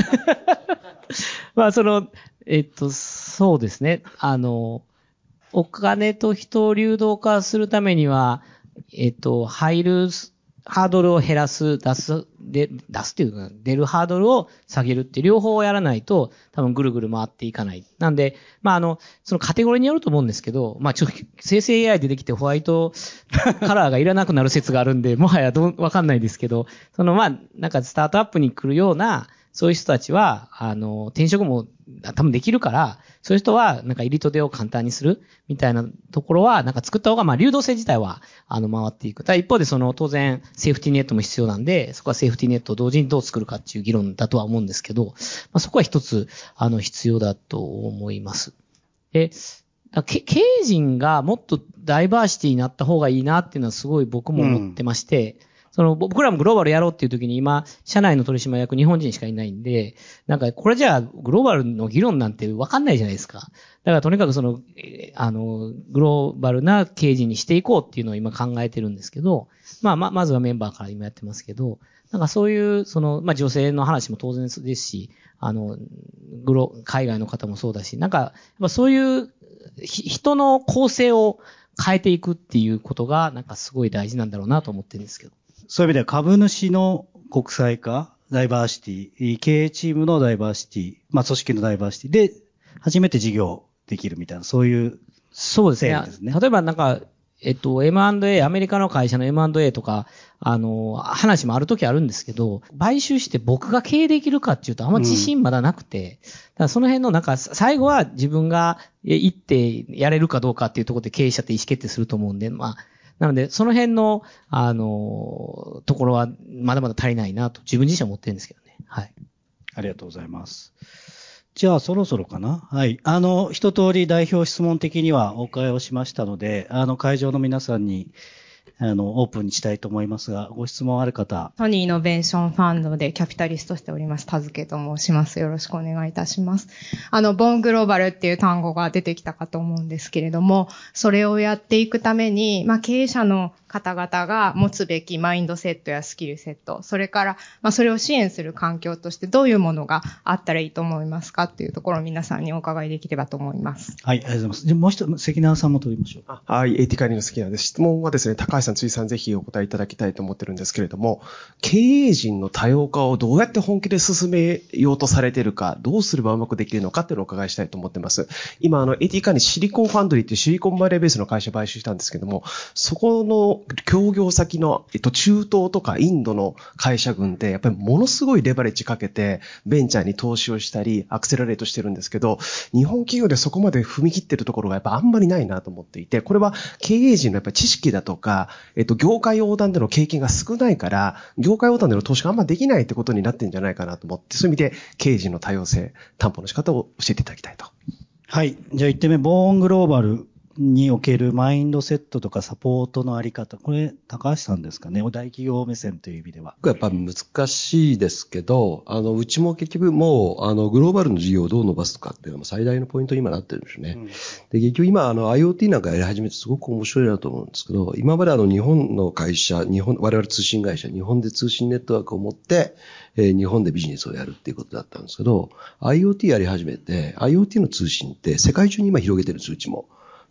そうですね。お金と人を流動化するためには、入るハードルを減らす、出すっていうか、出るハードルを下げるって両方をやらないと、多分ぐるぐる回っていかない。なんで、そのカテゴリーによると思うんですけど、ちょっと生成 AI 出てきてホワイトカラーがいらなくなる説があるんで、もはやわかんないですけど、なんかスタートアップに来るような、そういう人たちは、転職も多分できるから、そういう人は、なんか入りと出を簡単にするみたいなところは、なんか作った方が、流動性自体は、回っていく。ただ一方で、当然、セーフティーネットも必要なんで、そこはセーフティーネットを同時にどう作るかっていう議論だとは思うんですけど、そこは一つ、必要だと思います。経営陣がもっとダイバーシティになった方がいいなっていうのはすごい僕も思ってまして、僕らもグローバルやろうっていう時に今、社内の取締役日本人しかいないんで、なんかこれじゃあグローバルの議論なんてわかんないじゃないですか。だからとにかくグローバルな経営陣にしていこうっていうのを今考えてるんですけど、まずはメンバーから今やってますけど、なんかそういう、女性の話も当然ですし、海外の方もそうだし、なんか、やっぱそういう人の構成を変えていくっていうことが、なんかすごい大事なんだろうなと思ってるんですけど。 そういう意味では株主の国際化、ダイバーシティ、経営チームのダイバーシティ、組織のダイバーシティで初めて事業できるみたいな、そういうそうですね。例えばなんか、M&A、アメリカの会社の M&A とか、話もあるときあるんですけど、買収して僕が経営できるかっていうとあんま自信まだなくて、だからその辺のなんか、最後は自分が行ってやれるかどうかっていうところで経営者って意思決定すると思うんで、なので、その辺の、ところはまだまだ足りないなと自分自身は思ってるんですけどね。はい。 ありがとうございます。じゃあそろそろかな。はい。一通り代表質問的にはお伺いをしましたので、会場の皆さんに、オープンにしたいと思いますが、ご質問ある方。 ソニーイノベーションファンドでキャピタリストしております、田付と申します。よろしくお願いいたします。ボングローバルっていう単語が出てきたかと思うんですけれども、それをやっていくために、経営者の方々が持つべきマインドセットやスキルセット、それから、それを支援する環境としてどういうものがあったらいいと思いますかっていうところを皆さんにお伺いできればと思います。 はい、ありがとうございます。じゃあもう一つ、関永さんも取りましょう。 はい、AT 管理の関永です。質問はですね、高橋さん、辻さん、ぜひお答えいただきたいと思ってるんですけれども、経営陣の多様化をどうやって本気で進めようとされているか、どうすればうまくできるのかっていうのをお伺いしたいと思ってます。今、AT 管理シリコンファンドリーっていうシリコンバレーベースの会社を買収したんですけども、そこの協業先の、中東とかインドの会社群で、やっぱりものすごいレバレッジかけて、ベンチャーに投資をしたり、アクセラレートしてるんですけど、日本企業でそこまで踏み切ってるところがやっぱあんまりないなと思っていて、これは経営陣のやっぱり知識だとか、業界横断での経験が少ないから、業界横断での投資があんまできないってことになってるんじゃないかなと思って、そういう意味で経営陣の多様性、担保の仕方を教えていただきたいと。 はい。じゃあ1点目、ボーングローバルにおけるマインドセットとかサポートのあり方。これ、高橋さんですかね。大企業目線という意味では。 やっぱ難しいですけど、うちも結局もう、グローバルの事業をどう伸ばすかっていうのも最大のポイントに今なってるんですよね。で、結局今、IoT なんかやり始めてすごく面白いなと思うんですけど、今まで日本の会社、我々通信会社、日本で通信ネットワークを持って、日本でビジネスをやるっていうことだったんですけど、IoT やり始めて、IoT の通信って世界中に今広げてる通知も。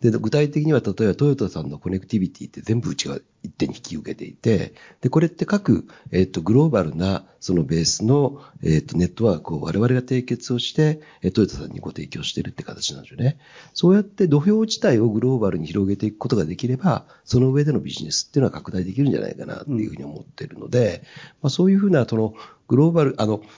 で、具体的には例えばトヨタさんのコネクティビティって全部うちが一手に引き受けていて、で、これって各、グローバルなそのベースの、ネットワークを我々が締結をして、トヨタさんにご提供しているって形なんですよね。そうやって土俵自体をグローバルに広げていくことができれば、その上でのビジネスっていうのは拡大できるんじゃないかなっていうふうに思っているので、そういうふうな、その、グローバル、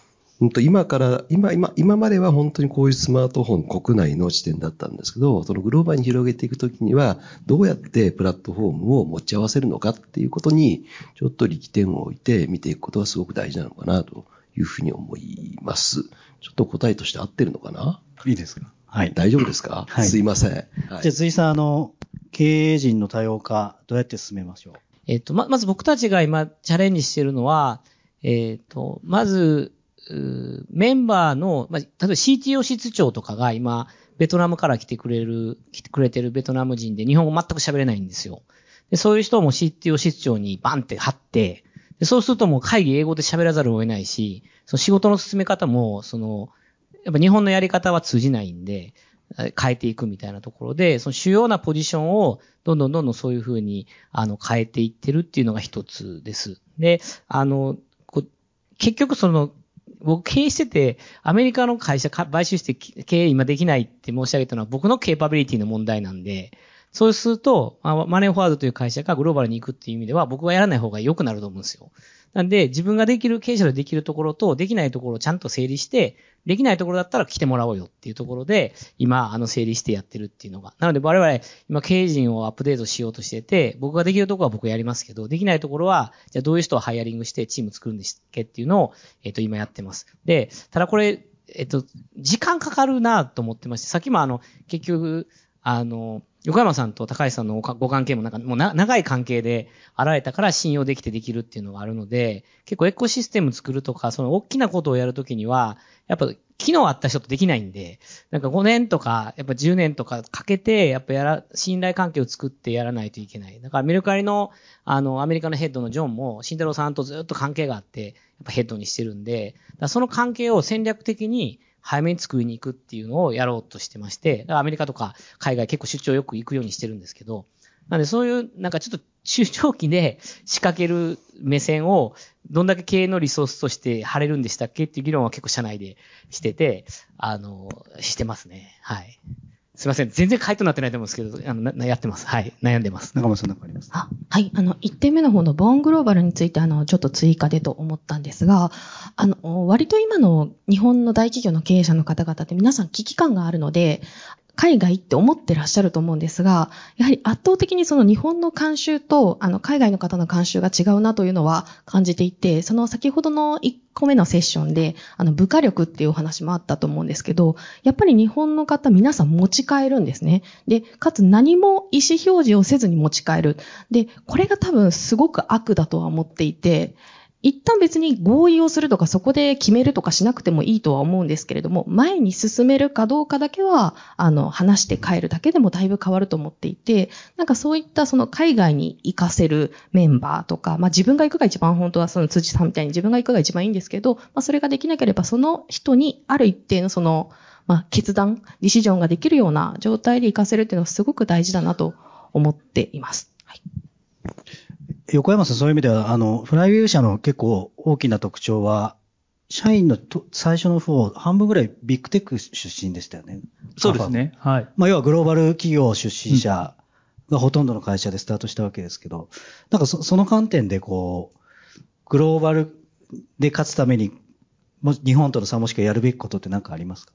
今までは本当にこういうスマートフォン国内の視点だったんですけど、そのグローバルに広げていくときには、どうやってプラットフォームを持ち合わせるのかっていうことに、ちょっと力点を置いて見ていくことがすごく大事なのかなというふうに思います。ちょっと答えとして合ってるのかな？ いいですか？はい。 大丈夫ですか？ はい。 すいません。はい、 じゃあ、辻さん、経営陣の多様化、どうやって進めましょう？ まず僕たちが今チャレンジしているのは、まず、メンバーの、例えば CTO 室長とかが今、ベトナムから来てくれてるベトナム人で日本語全く喋れないんですよ。で、そういう人も CTO 室長にバンって貼って、でそうするともう会議英語で喋らざるを得ないし、その仕事の進め方も、やっぱ日本のやり方は通じないんで、変えていくみたいなところで、その主要なポジションをどんどんそういうふうに、変えていってるっていうのが一つです。で、結局僕経営してて、アメリカの会社買収して経営今できないって申し上げたのは僕のケーパビリティの問題なんで、そうすると、マネーフォワードという会社がグローバルに行くっていう意味では僕はやらない方が良くなると思うんですよ。なんで、自分ができる、経営者でできるところと、できないところをちゃんと整理して、できないところだったら来てもらおうよっていうところで、今、整理してやってるっていうのが。なので、我々、今、経営陣をアップデートしようとしてて、僕ができるところは僕やりますけど、できないところは、じゃあどういう人をハイアリングしてチーム作るんですっけっていうのを、今やってます。で、ただこれ、時間かかるなと思ってまして、さっきも結局、横山さんと高橋さんのご関係ももう長い関係であられたから信用できてできるっていうのがあるので、結構エコシステム作るとか、その大きなことをやるときには、やっぱ昨日あった人とできないんで、なんか5年とか、やっぱ10年とかかけて、やっぱ信頼関係を作ってやらないといけない。だからメルカリの、アメリカのヘッドのジョンも、慎太郎さんとずっと関係があって、やっぱヘッドにしてるんで、その関係を戦略的に、早めに作りに行くっていうのをやろうとしてまして、だからアメリカとか海外結構出張よく行くようにしてるんですけど、なんでそういうなんかちょっと中長期で仕掛ける目線をどんだけ経営のリソースとして張れるんでしたっけっていう議論は結構社内でしてて、してますね。はい。すいません。全然回答になってないと思うんですけど、やってます。はい。悩んでます。 中村さんなんかありますか？ はい。1点目の方のボーングローバルについて、ちょっと追加でと思ったんですが、割と今の日本の大企業の経営者の方々って皆さん危機感があるので、海外って思ってらっしゃると思うんですが、やはり圧倒的にその日本の慣習と、海外の方の慣習が違うなというのは感じていて、その先ほどの1個目のセッションで、部下力っていうお話もあったと思うんですけど、やっぱり日本の方皆さん持ち帰るんですね。で、かつ何も意思表示をせずに持ち帰る。で、これが多分すごく悪だとは思っていて、一旦別に合意をするとかそこで決めるとかしなくてもいいとは思うんですけれども、前に進めるかどうかだけは、話して帰るだけでもだいぶ変わると思っていて、なんかそういったその海外に行かせるメンバーとか、自分が行くが一番本当はその辻さんみたいに自分が行くが一番いいんですけど、それができなければその人にある一定のその、決断、ディシジョンができるような状態で行かせるっていうのはすごく大事だなと思っています。はい。 横山さん、そういう意味では、フライウェイ社の結構大きな特徴は、社員の最初の方、半分ぐらいビッグテック出身でしたよね。 そうですね。はい。 要はグローバル企業出身者がほとんどの会社でスタートしたわけですけど、なんかその観点でグローバルで勝つために、日本との差もしくはやるべきことって何かありますか？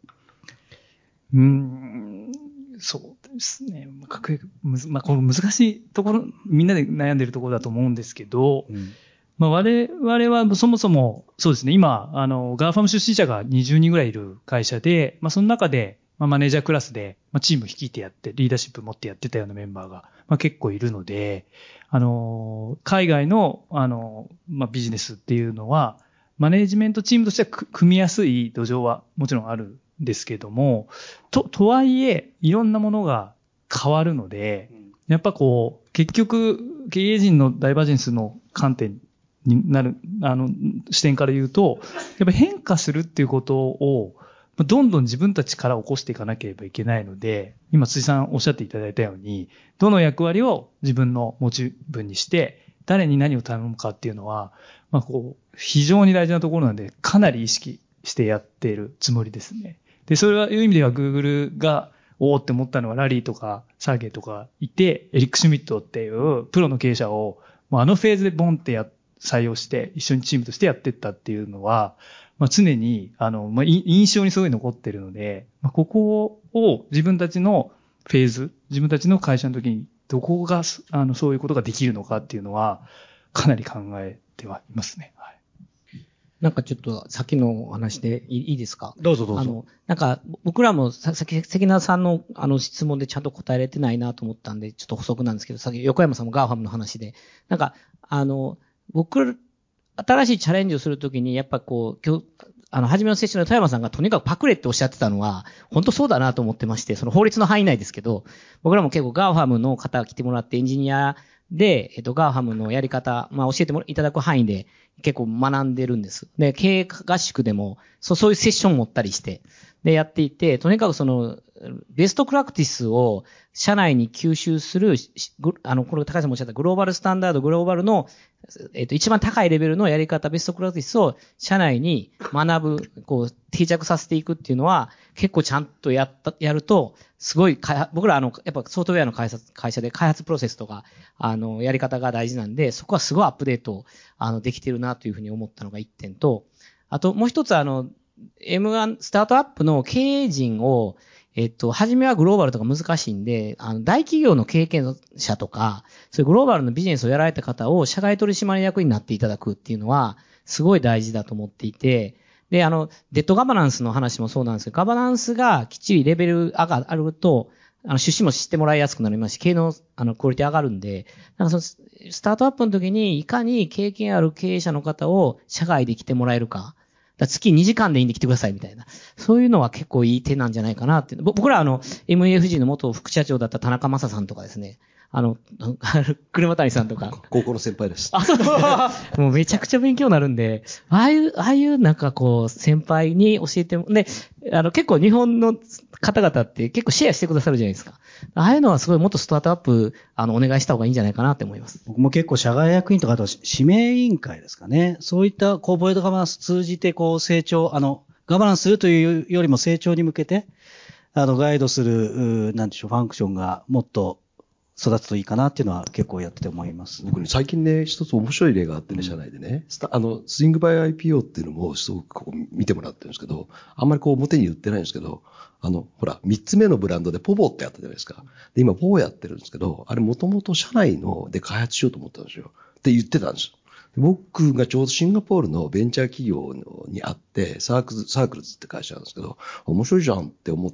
そうですね。この難しいところ、みんなで悩んでるところだと思うんですけど、我々はそもそも、そうですね、今、ガーファム出身者が20人ぐらいいる会社で、その中で、マネージャークラスで、チーム率いてやって、リーダーシップ持ってやってたようなメンバーが、結構いるので、海外の、ビジネスっていうのは、マネージメントチームとしては組みやすい土壌はもちろんあるんですけども、とはいえ、いろんなものが変わるので、やっぱ結局、経営陣のダイバージェンスの観点になる、視点から言うと、やっぱ変化するっていうことを、 どんどん自分たちから起こしていかなければいけないので、今辻さんおっしゃっていただいたように、どの役割を自分の持ち分にして、誰に何を頼むかっていうのは、非常に大事なところなんで、かなり意識してやっているつもりですね。で、それはいう意味では Google が、おーって思ったのはラリーとかサーゲイとかいて、エリック・シュミットっていうプロの経営者を、フェーズでボンって採用して、一緒にチームとしてやっていったっていうのは、常に、印象にすごい残ってるので、ここを自分たちのフェーズ、自分たちの会社の時に、どこが、そういうことができるのかっていうのは、かなり考えてはいますね。はい。 なんかちょっとさっきのお話でいいですか？ どうぞどうぞ。 なんか僕らもさっき関根さんの質問でちゃんと答えれてないなと思ったんで、ちょっと補足なんですけど、さっき横山さんもガーファムの話で、なんか僕、新しいチャレンジをするときに、やっぱ今日、初めのセッションで富山さんがとにかくパクれっておっしゃってたのは、本当そうだなと思ってまして、その法律の範囲内ですけど、僕らも結構ガーファムの方来てもらってエンジニアで、ガーファムのやり方、教えていただく範囲で結構学んでるんです。で、経営合宿でも、そういうセッションを持ったりして、で、やっていて、とにかくベストプラクティスを社内に吸収する、これ高橋さんもおっしゃったグローバルスタンダード、グローバルの、一番高いレベルのやり方、ベストプラクティスを社内に学ぶ、定着させていくっていうのは、結構ちゃんとやると、すごい僕らやっぱソフトウェアの会社で開発プロセスとか、やり方が大事なんで、そこはすごいアップデート、できてるなというふうに思ったのが一点と、あともう一つM1 スタートアップの経営陣を、初めはグローバルとか難しいんで、大企業の経験者とか、そういうグローバルのビジネスをやられた方を社外取締役になっていただくっていうのは、すごい大事だと思っていて、で、デッドガバナンスの話もそうなんですけど、ガバナンスがきっちりレベル上がると、出資も知ってもらいやすくなりますし、経営の、クオリティ上がるんで、スタートアップの時に、いかに経験ある経営者の方を社外で来てもらえるか。月2時間でいいんで来てくださいみたいな。そういうのは結構いい手なんじゃないかなって。僕らMUFG の元副社長だった田中正さんとかですね。車谷さんとか。 高校の先輩です。 もうめちゃくちゃ勉強になるんで、ああいうなんか先輩に教えても、で、結構日本の方々って結構シェアしてくださるじゃないですか。ああいうのはすごいもっとスタートアップ、お願いした方がいいんじゃないかなって思います。 僕も結構社外役員とか、あと指名委員会ですかね。そういったコーポレートガバナンス通じて成長、ガバナンスするというよりも成長に向けて、ガイドする、なんでしょう、ファンクションがもっと育つといいかなっていうのは結構やってて思います。 僕ね、最近ね、一つ面白い例があってね、社内でね、スイングバイ IPO っていうのもすごく見てもらってるんですけど、あんまり表に言ってないんですけど、ほら、三つ目のブランドでポボってやったじゃないですか。で、今ポボやってるんですけど、あれもともと社内で開発しようと思ったんですよ。って言ってたんですよ。僕がちょうどシンガポールのベンチャー企業に会って、サークルズって会社なんですけど、面白いじゃんって思って、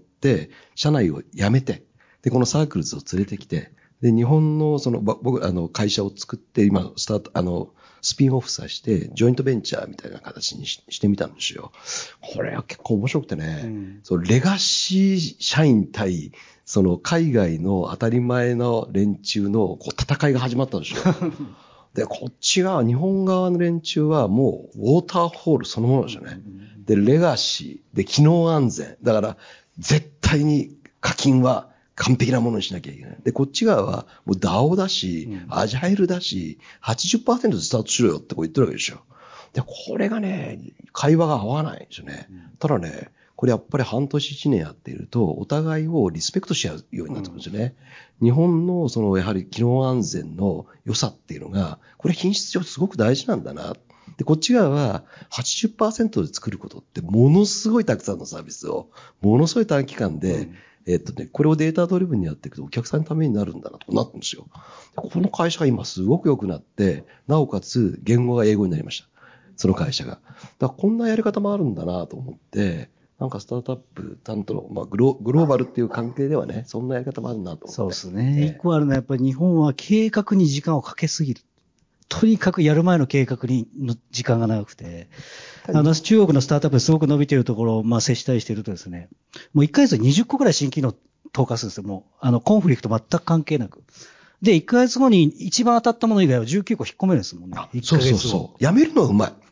社内を辞めて、で、このサークルズを連れてきて、で、日本の僕、会社を作って、今、スピンオフさせて、ジョイントベンチャーみたいな形にしてみたんですよ。これは結構面白くてね、レガシー社員対、海外の当たり前の連中の戦いが始まったんですよ。で、こっち側、日本側の連中はもう、ウォーターホールそのものですよね。で、レガシー、で、機能安全。だから、絶対に課金は、完璧なものにしなきゃいけない。で、こっち側は、もう DAO だし、アジャイルだし、80% でスタートしろよって言ってるわけですよ。で、これがね、会話が合わないんですよね。ただね、これやっぱり半年1年やっていると、お互いをリスペクトし合うようになってくるんですよね。日本のやはり機能安全の良さっていうのが、これ品質上すごく大事なんだな。で、こっち側は 80% で作ることってものすごいたくさんのサービスを、ものすごい短期間で、これをデータドリブンにやっていくとお客さんのためになるんだなとなってるんですよ。この会社が今すごく良くなって、なおかつ言語が英語になりました。その会社が。だからこんなやり方もあるんだなと思って、なんかスタートアップ担当の、グローバルっていう関係ではね、そんなやり方もあるなと思って。 そうですね。一個あるのはやっぱり日本は計画に時間をかけすぎる。とにかくやる前の計画の時間が長くて、中国のスタートアップですごく伸びているところを、接したりしているとですね、もう1ヶ月で20個くらい新機能投下するんですよ。もう、コンフリクト全く関係なく。で、1ヶ月後に一番当たったもの以外は19個引っ込めるんですもんね。 そう。やめるのはうまい。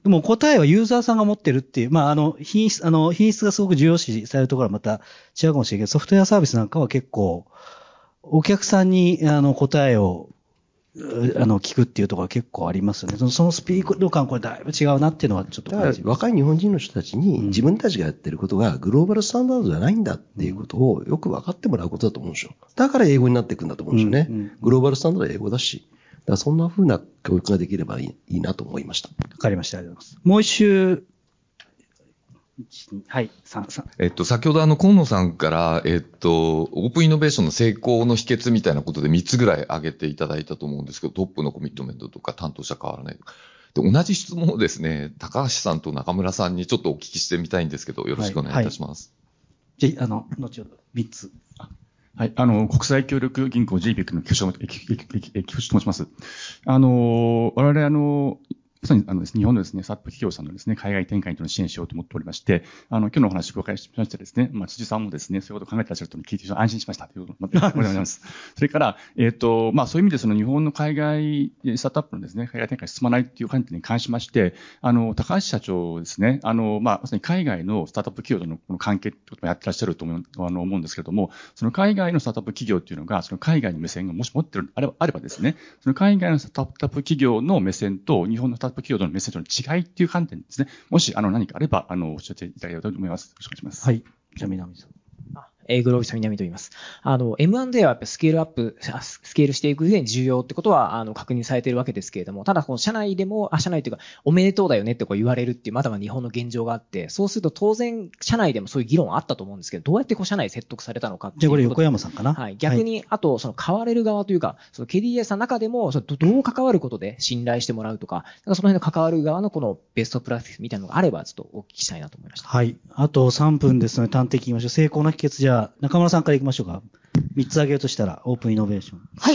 でも答えはユーザーさんが持ってるっていう、品質がすごく重要視されるところはまた違うかもしれないけど、ソフトウェアサービスなんかは結構、お客さんに答えを聞くっていうところが結構ありますよね。そのスピード感、これだいぶ違うなっていうのはちょっとだから若い日本人の人たちに自分たちがやってることがグローバルスタンダードじゃないんだっていうことをよく分かってもらうことだと思うんですよ。だから英語になっていくんだと思うんですよね。グローバルスタンダードは英語だし。だからそんな風な教育ができればいいなと思いました。 わかりました。ありがとうございます。もう一周、はい、3。 先ほど河野さんから、オープンイノベーションの成功の秘訣みたいなことで3つぐらい挙げていただいたと思うんですけど、トップのコミットメントとか担当者変わらない。で、同じ質問をですね、高橋さんと中村さんにちょっとお聞きしてみたいんですけど、よろしくお願いいたします。 後ほど3つ。 はい、国際協力銀行 JBIC の菊池と申します。我々まさに日本のですね、スタートアップ企業さんのですね、海外展開に支援しようと思っておりまして、今日のお話をご紹介しましてですね、辻さんもですね、そういうことを考えてらっしゃると聞いて安心しましたということでございます。それから、そういう意味で日本の海外スタートアップのですね、海外展開進まないという観点に関しまして、高橋社長ですね、まさに海外のスタートアップ企業とのこの関係ということをやってらっしゃると思うんですけれども、その海外のスタートアップ企業というのが、その海外の目線がもし持っているあればですね、その海外のスタートアップ企業の目線と日本のスタートアップ企業とのメッセージの違いっていう観点ですね。もし何かあればおっしゃっていただければと思います。よろしくお願いします。 はい。じゃあ南さん。 グロービス南と言います。M&A はやっぱスケールしていく上に重要ってことは、確認されているわけですけれども、ただ、この社内というか、おめでとうだよねってこう言われるっていう、まだまだ日本の現状があって、そうすると当然、社内でもそういう議論はあったと思うんですけど、どうやって社内説得されたのかっていう。 じゃあこれ横山さんかな。 はい。逆に、あと、買われる側というか、KDDI さんの中でも、どう関わることで信頼してもらうとか、その辺の関わる側のこのベストプラクティスみたいなのがあれば、ちょっとお聞きしたいなと思いました。 はい。あと3分ですので、端的に言いましょう。成功の秘訣じゃあ、中村さんから行きましょうか。3つ挙げるとしたら、オープンイノベーション。 はい。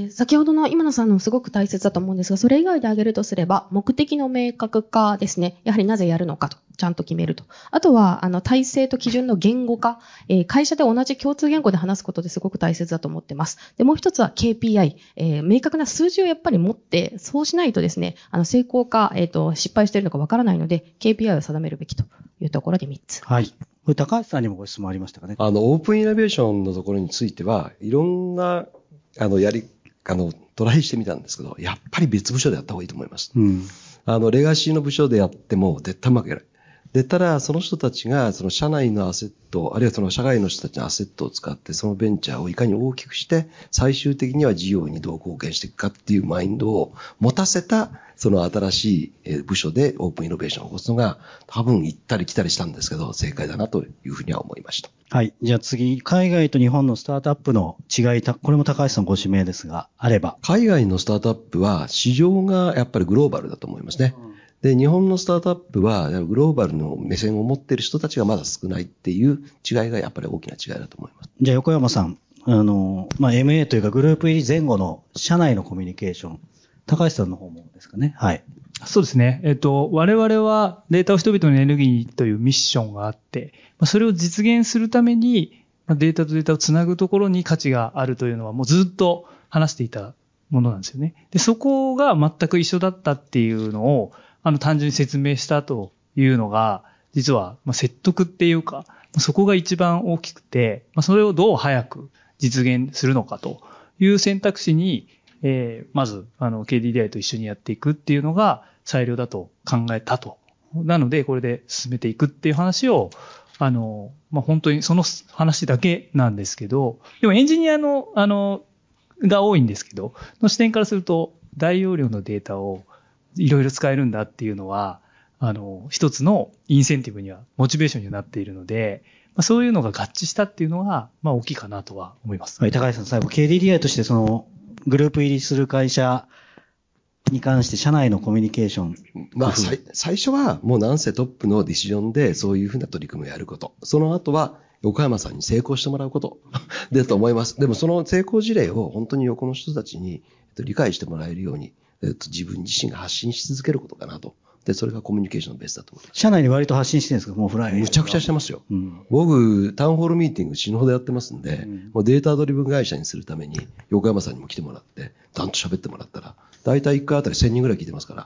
先ほどの今野さんのすごく大切だと思うんですが、それ以外で挙げるとすれば、目的の明確化ですね。やはりなぜやるのかと、ちゃんと決めると。あとは、体制と基準の言語化。会社で同じ共通言語で話すことですごく大切だと思ってます。で、もう一つは KPI。明確な数字をやっぱり持って、そうしないとですね、成功か、失敗しているのかわからないので、KPI を定めるべきというところで3つ。 はい。これ高橋さんにもご質問ありましたかね。 オープンイノベーションのところについては、いろんな、トライしてみたんですけど、やっぱり別部署でやった方がいいと思います。レガシーの部署でやっても絶対うまくいかない。で、ただ、その人たちが、その社内のアセット、あるいはその社外の人たちのアセットを使って、そのベンチャーをいかに大きくして、最終的には事業にどう貢献していくかっていうマインドを持たせた、その新しい部署でオープンイノベーションを起こすのが、多分行ったり来たりしたんですけど、正解だなというふうには思いました。 はい。じゃあ次、海外と日本のスタートアップの違い、これも高橋さんご指名ですが、あれば。 海外のスタートアップは、市場がやっぱりグローバルだと思いますね。で、日本のスタートアップは、グローバルの目線を持っている人たちがまだ少ないっていう違いがやっぱり大きな違いだと思います。 じゃあ横山さん、MA というかグループ入り前後の社内のコミュニケーション、高橋さんの方もですかね。はい。 そうですね。我々はデータを人々のエネルギーというミッションがあって、それを実現するために、データとデータをつなぐところに価値があるというのはもうずっと話していたものなんですよね。で、そこが全く一緒だったっていうのを、単純に説明したというのが、実は、説得っていうか、そこが一番大きくて、それをどう早く実現するのかという選択肢に、まず、KDDI と一緒にやっていくっていうのが最良だと考えたと。なので、これで進めていくっていう話を、本当にその話だけなんですけど、でもエンジニアの、が多いんですけど、の視点からすると、大容量のデータをいろいろ使えるんだっていうのは、一つのインセンティブには、モチベーションにはなっているので、そういうのが合致したっていうのは、大きいかなとは思います。 はい、高橋さん、最後、KDDI としてグループ入りする会社に関して社内のコミュニケーション。 最初はもうなんせトップのディシジョンでそういうふうな取り組みをやること。その後は横山さんに成功してもらうことだと思います。でもその成功事例を本当に横の人たちに理解してもらえるように、自分自身が発信し続けることかなと。で、それがコミュニケーションのベースだと思います。 社内に割と発信してるんですか？もうフライ。 むちゃくちゃしてますよ。僕、タウンホールミーティング死ぬほどやってますんで、もうデータドリブン会社にするために、横山さんにも来てもらって、ダンと喋ってもらったら、だいたい1回あたり1000人ぐらい聞いてますから、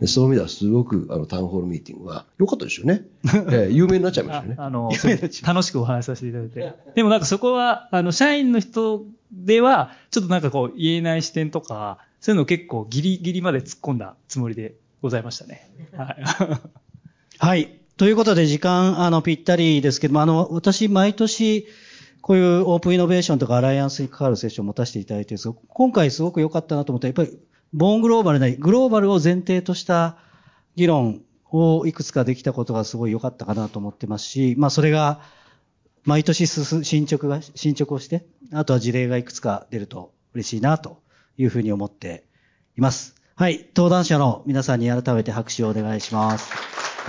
でそういう意味ではすごくタウンホールミーティングは良かったですよね。有名になっちゃいましたよね。 楽しくお話しさせていただいて。でもなんかそこは、社員の人では、ちょっとなんかこう言えない視点とか、そういうのを結構ギリギリまで突っ込んだつもりでございましたね。はい。 はい。ということで時間、ぴったりですけども、私毎年、こういうオープンイノベーションとかアライアンスに関わるセッションを持たせていただいてるんですが、今回すごく良かったなと思ったら、やっぱり、ボーングローバルなり、グローバルを前提とした議論をいくつかできたことがすごい良かったかなと思ってますし、まあそれが、毎年進捗をして、あとは事例がいくつか出ると嬉しいなというふうに思っています。はい。登壇者の皆さんに改めて拍手をお願いします。